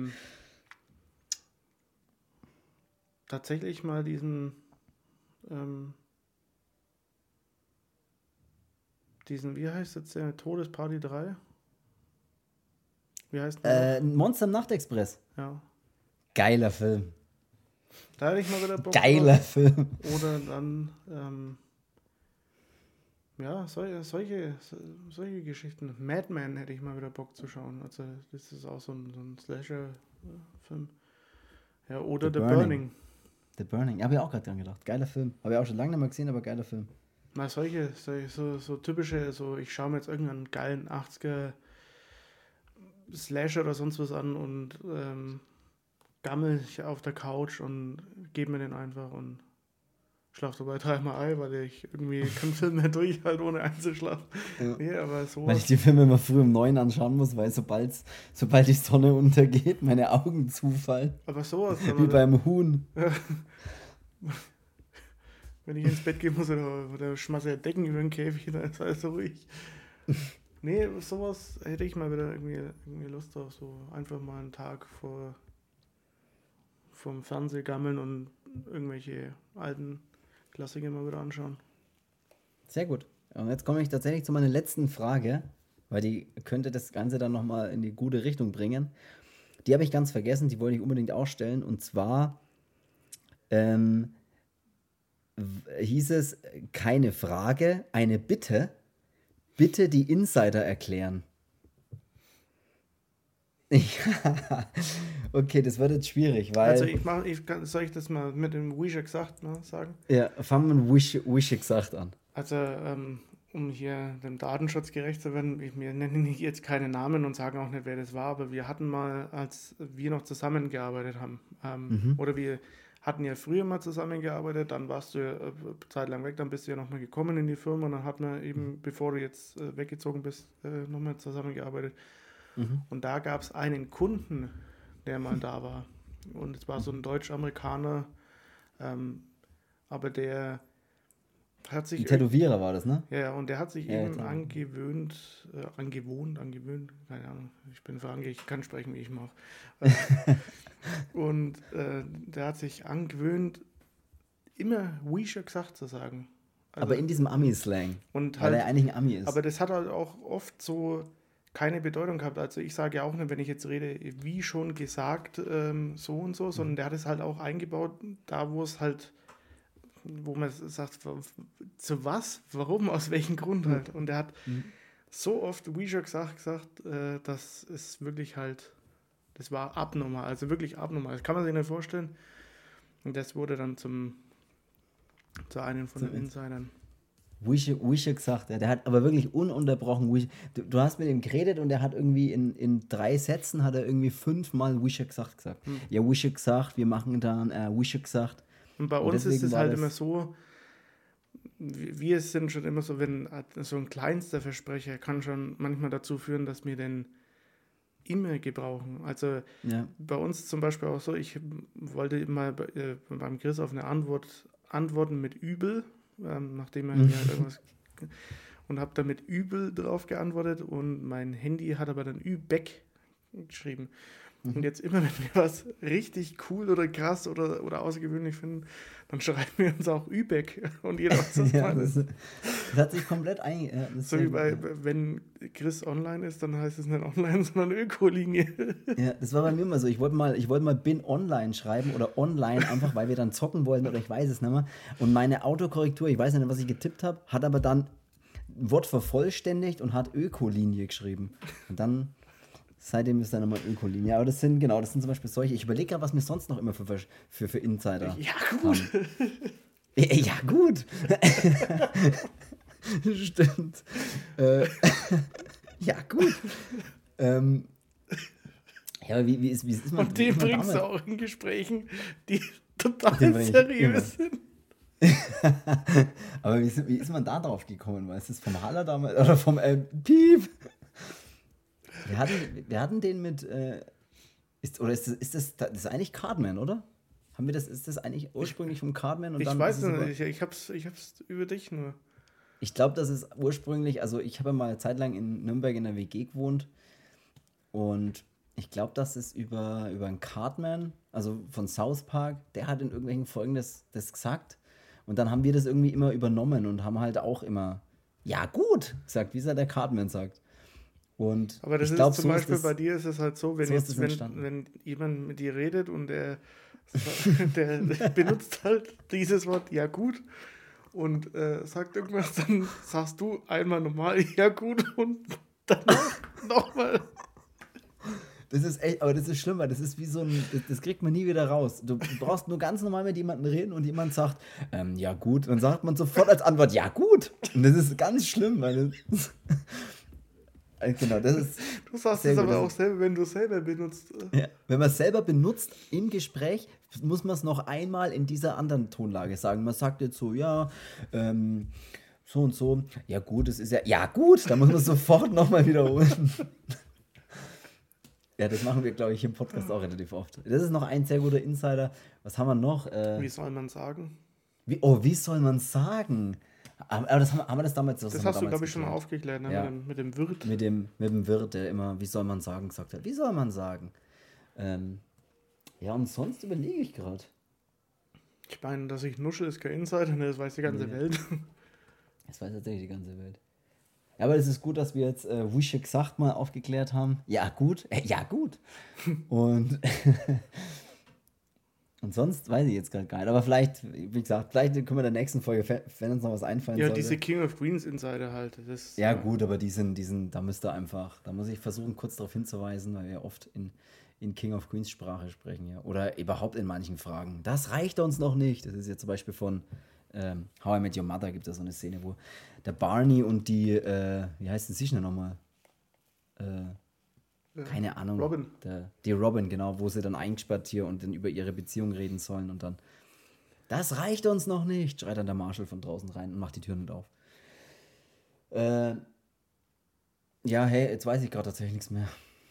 tatsächlich mal diesen, wie heißt jetzt der, Todesparty 3? Wie heißt der noch? Monster im Nachtexpress. Ja. Geiler Film. Da hätte ich mal wieder Bock Geiler drauf. Film. Oder dann, ja, solche Geschichten. Madman hätte ich mal wieder Bock zu schauen. Also, das ist auch so ein Slasher-Film. Ja, oder The The Burning. Burning. The Burning. Habe ich auch gerade dran gedacht. Geiler Film. Habe ich auch schon lange nicht mehr gesehen, aber geiler Film. Na, solche so typische, so ich schaue mir jetzt irgendeinen geilen 80er Slasher oder sonst was an und gammel ich auf der Couch und gebe mir den einfach und schlafe dabei dreimal ein, weil ich irgendwie keinen Film mehr durchhalte, ohne einzuschlafen. Ja. Nee, aber Weil sowas. ich die Filme immer früh um 9 anschauen muss, weil sobald die Sonne untergeht, meine Augen zufallen. Aber sowas, Wie beim Huhn. wenn ich ins Bett gehen muss oder schmeiße ich Decken über den Käfig, dann ist alles so ruhig. Nee, sowas hätte ich mal wieder irgendwie Lust drauf, so einfach mal einen Tag vorm Fernseher gammeln und irgendwelche alten Klassiker mal wieder anschauen. Sehr gut. Und jetzt komme ich tatsächlich zu meiner letzten Frage, weil die könnte das Ganze dann nochmal in die gute Richtung bringen. Die habe ich ganz vergessen, die wollte ich unbedingt auch stellen. Und zwar hieß es, keine Frage, eine Bitte. Bitte die Insider erklären. Ja, okay, das wird jetzt schwierig, weil... Also soll ich das mal mit dem Wischer gesagt sagen? Ja, fangen wir mit Wish gesagt an. Also, um hier dem Datenschutz gerecht zu werden, wir nennen jetzt keine Namen und sagen auch nicht, wer das war, aber wir hatten mal, als wir noch zusammengearbeitet haben, oder wir hatten ja früher mal zusammengearbeitet, dann warst du ja eine Zeit lang weg, dann bist du ja nochmal gekommen in die Firma und dann hat man eben, bevor du jetzt weggezogen bist, nochmal zusammengearbeitet. Und da gab es einen Kunden, der mal da war. Und es war so ein Deutsch-Amerikaner, aber der hat sich... Ein Tätowierer war das, ne? Ja, und der hat sich Ja, eben klar. angewohnt, keine Ahnung, ich bin Franke, ich kann sprechen, wie ich mag. Und der hat sich angewöhnt, immer Wischer gesagt zu sagen. Also, Aber in diesem Ami-Slang, und weil halt, er eigentlich ein Ami ist. aber das hat halt auch oft so keine Bedeutung gehabt. Also ich sage ja auch nicht, wenn ich jetzt rede, wie schon gesagt, so und so, sondern der hat es halt auch eingebaut, da wo es halt, wo man sagt, zu was, warum, aus welchem Grund halt. Und er hat so oft Wischer gesagt, dass es wirklich halt, das war abnormal, also wirklich abnormal. Das kann man sich nicht vorstellen. Und das wurde dann zu einem von den Insidern. Wische gesagt, ja, der hat aber wirklich ununterbrochen Wische. Du hast mit ihm geredet und er hat irgendwie in 3 Sätzen hat er irgendwie 5-mal Wische gesagt. Ja, Wische gesagt, wir machen dann Wische gesagt. Und bei Und uns ist deswegen es war halt das- immer so, wir sind schon immer so, wenn so ein kleinster Versprecher kann schon manchmal dazu führen, dass wir den immer gebrauchen. Also Ja. bei uns zum Beispiel auch so, ich wollte mal beim Chris auf eine antworten mit übel, nachdem er mir irgendwas... Und habe dann mit übel drauf geantwortet und mein Handy hat aber dann Übeck geschrieben. Und jetzt immer, wenn wir was richtig cool oder krass oder außergewöhnlich finden, dann schreiben wir uns auch Übeck. Und jeder weiß, was Ja, meint. das hat sich komplett ja, das ist So sehr wie gut, ja. wenn Chris online ist, dann heißt es nicht online, sondern Ökolinie. Ja, das war bei mir immer so. Ich wollte mal bin online schreiben oder online, einfach weil wir dann zocken wollten oder ich weiß es nicht mehr. Und meine Autokorrektur, ich weiß nicht, was ich getippt habe, hat aber dann ein Wort vervollständigt und hat Ökolinie geschrieben. Und dann, seitdem ist dann nochmal Ökolinie. Aber das sind zum Beispiel solche. Ich überlege gerade, was mir sonst noch immer für Insider. Ja, gut. Ja, gut. Stimmt. Ja, gut. Ja, aber wie ist man? Und wie den ist man bringst damit? du auch in Gesprächen, die total Den bring ich immer. seriös sind. Aber wie ist man da drauf gekommen? War es das vom Haller damals? Oder vom Piep? Wir hatten den mit. Ist das eigentlich Cardman, oder? Ist das eigentlich ursprünglich vom Cardman? Und Ich dann weiß ist es nicht, ich hab's über dich nur. Ich glaube, das ist ursprünglich, also ich habe mal eine Zeit lang in Nürnberg in der WG gewohnt und ich glaube, das ist über einen Cartman, also von South Park, der hat in irgendwelchen Folgen das gesagt und dann haben wir das irgendwie immer übernommen und haben halt auch immer, ja gut, gesagt, wie es ja der Cartman sagt. Und Aber das ich ist glaube, zum Beispiel bei dir ist es halt so, wenn so ist das jetzt, entstanden. wenn jemand mit dir redet und der benutzt halt dieses Wort ja gut und sagt irgendwas, dann sagst du einmal normal ja gut und danach nochmal. Das ist echt, aber das ist schlimm, weil das ist wie so ein, das kriegt man nie wieder raus. Du brauchst nur ganz normal mit jemandem reden und jemand sagt, ja gut, dann sagt man sofort als Antwort, ja gut. Und das ist ganz schlimm, weil das, genau, das ist Du sagst sehr es gut. aber Das auch ist, selber, wenn du es selber benutzt. ja. Wenn man es selber benutzt im Gespräch, muss man es noch einmal in dieser anderen Tonlage sagen. Man sagt jetzt so, ja, so und so, ja gut, es ist ja gut, da muss man es sofort nochmal wiederholen. Ja, das machen wir, glaube ich, im Podcast auch relativ oft. Das ist noch ein sehr guter Insider. Was haben wir noch? Wie soll man sagen? Wie soll man sagen? Aber haben wir das damals, das Das haben wir hast du, damals glaube ich, schon mal geklärt. aufgeklärt, ne? Ja, Mit dem Wirt. mit dem Wirt, der immer, wie soll man sagen, gesagt hat. Wie soll man sagen? Ähm, ja, und sonst überlege ich gerade. Ich meine, dass ich nusche, ist kein Insider, ne? Das weiß die ganze Nee, Welt. das weiß tatsächlich die ganze Welt. Ja, aber es ist gut, dass wir jetzt Wische gesagt mal aufgeklärt haben. Ja, gut. Ja, gut. Und Und sonst weiß ich jetzt gerade gar nicht. Aber vielleicht, wie gesagt, vielleicht können wir in der nächsten Folge, wenn uns noch was einfallen Ja, sollte. diese King of Queens Insider halt. Das, Ja, gut, aber da müsst ihr einfach, da muss ich versuchen, kurz darauf hinzuweisen, weil wir oft in King of Queens Sprache sprechen, ja. Oder überhaupt in manchen Fragen. Das reicht uns noch nicht. Das ist ja zum Beispiel von How I Met Your Mother gibt es so eine Szene, wo der Barney und die, wie heißt sie denn nochmal? Keine Ahnung. Robin. Die Robin, genau, wo sie dann eingesperrt hier und dann über ihre Beziehung reden sollen und dann, das reicht uns noch nicht, schreit dann der Marshall von draußen rein und macht die Tür nicht auf. Ja, hey, jetzt weiß ich gerade tatsächlich nichts mehr.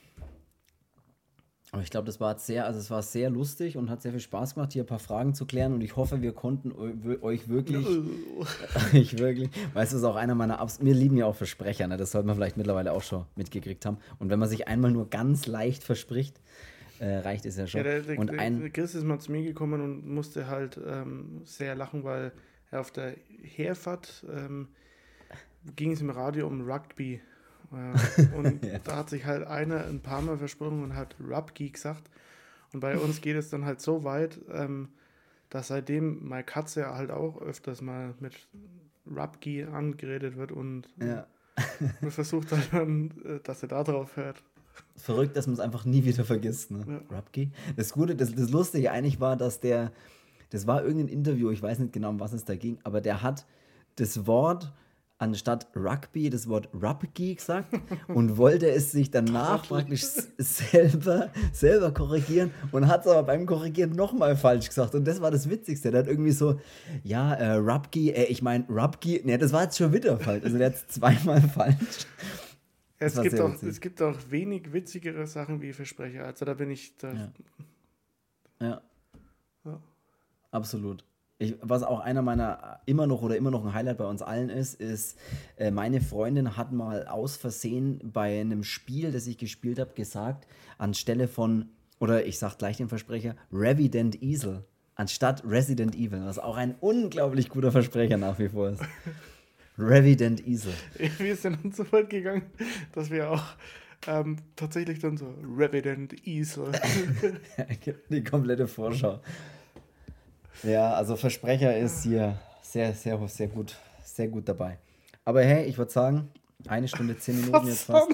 Aber ich glaube, es war sehr lustig und hat sehr viel Spaß gemacht, hier ein paar Fragen zu klären und ich hoffe, wir konnten euch wirklich, weißt du, ist auch einer meiner wir lieben ja auch Versprecher, ne? Das sollte man vielleicht mittlerweile auch schon mitgekriegt haben. Und wenn man sich einmal nur ganz leicht verspricht, reicht es ja schon. Ja, der, Und der, der Chris ist mal zu mir gekommen und musste halt sehr lachen, weil er auf der Herfahrt ging es im Radio um Rugby. Und Ja. da hat sich halt einer ein paar Mal versprochen und hat Rugby gesagt. Und bei uns geht es dann halt so weit, dass seitdem meine Katze halt auch öfters mal mit Rugby angeredet wird und Ja. man versucht halt dann, dass er da drauf hört. Verrückt, dass man es einfach nie wieder vergisst, ne? Ja. Rupke. Das Gute, das Lustige eigentlich war, das war irgendein Interview, ich weiß nicht genau, um was es da ging, aber der hat das Wort anstatt Rugby das Wort Rupke gesagt und wollte es sich danach praktisch selber korrigieren und hat es aber beim Korrigieren nochmal falsch gesagt. Und das war das Witzigste. Der hat irgendwie so, ja, Rupke, ich meine Rupke, ne, das war jetzt schon wieder falsch. Also der hat es zweimal falsch. Das war sehr witzig. Es gibt auch wenig witzigere Sachen wie Versprecher. Also da bin ich. Ja. Ja. Absolut. Was auch einer meiner immer noch ein Highlight bei uns allen ist, meine Freundin hat mal aus Versehen bei einem Spiel, das ich gespielt habe, gesagt, anstelle von, oder ich sag gleich den Versprecher, Resident Evil, anstatt Resident Evil, was auch ein unglaublich guter Versprecher nach wie vor ist. Resident Evil. Wir sind dann so weit gegangen, dass wir auch tatsächlich dann so Resident Evil. Die komplette Vorschau. Ja, also Versprecher ist hier sehr, sehr, sehr gut dabei. Aber hey, ich würde sagen, 1 Stunde 10 Minuten jetzt fast.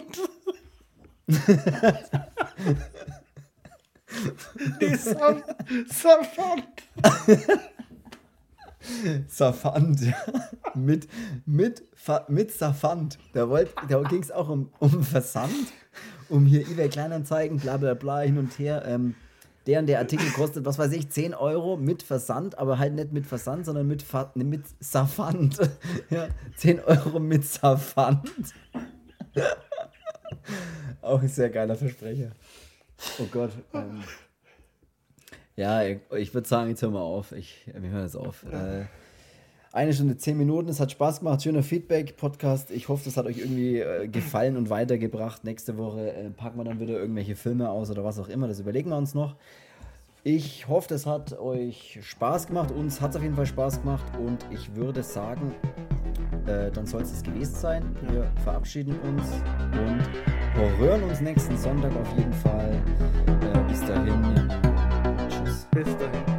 Nee, Savant. Savant, ja. Mit Savant. Da ging es auch um Versand, um hier eBay Kleinanzeigen, bla bla bla, hin und her. Der Artikel kostet, was weiß ich, 10 Euro mit Versand, aber halt nicht mit Versand, sondern mit Savant. Ja, 10 Euro mit Savant. Auch ein sehr geiler Versprecher. Oh Gott. Ja, ich würde sagen, jetzt hören wir auf. Wir hören jetzt auf. 1 Stunde 10 Minuten. Es hat Spaß gemacht. Schöner Feedback-Podcast. Ich hoffe, das hat euch irgendwie gefallen und weitergebracht. Nächste Woche packen wir dann wieder irgendwelche Filme aus oder was auch immer. Das überlegen wir uns noch. Ich hoffe, das hat euch Spaß gemacht. Uns hat es auf jeden Fall Spaß gemacht. Und ich würde sagen, dann soll es gewesen sein. Wir verabschieden uns und hören uns nächsten Sonntag auf jeden Fall. Bis dahin. Tschüss. Bis dahin.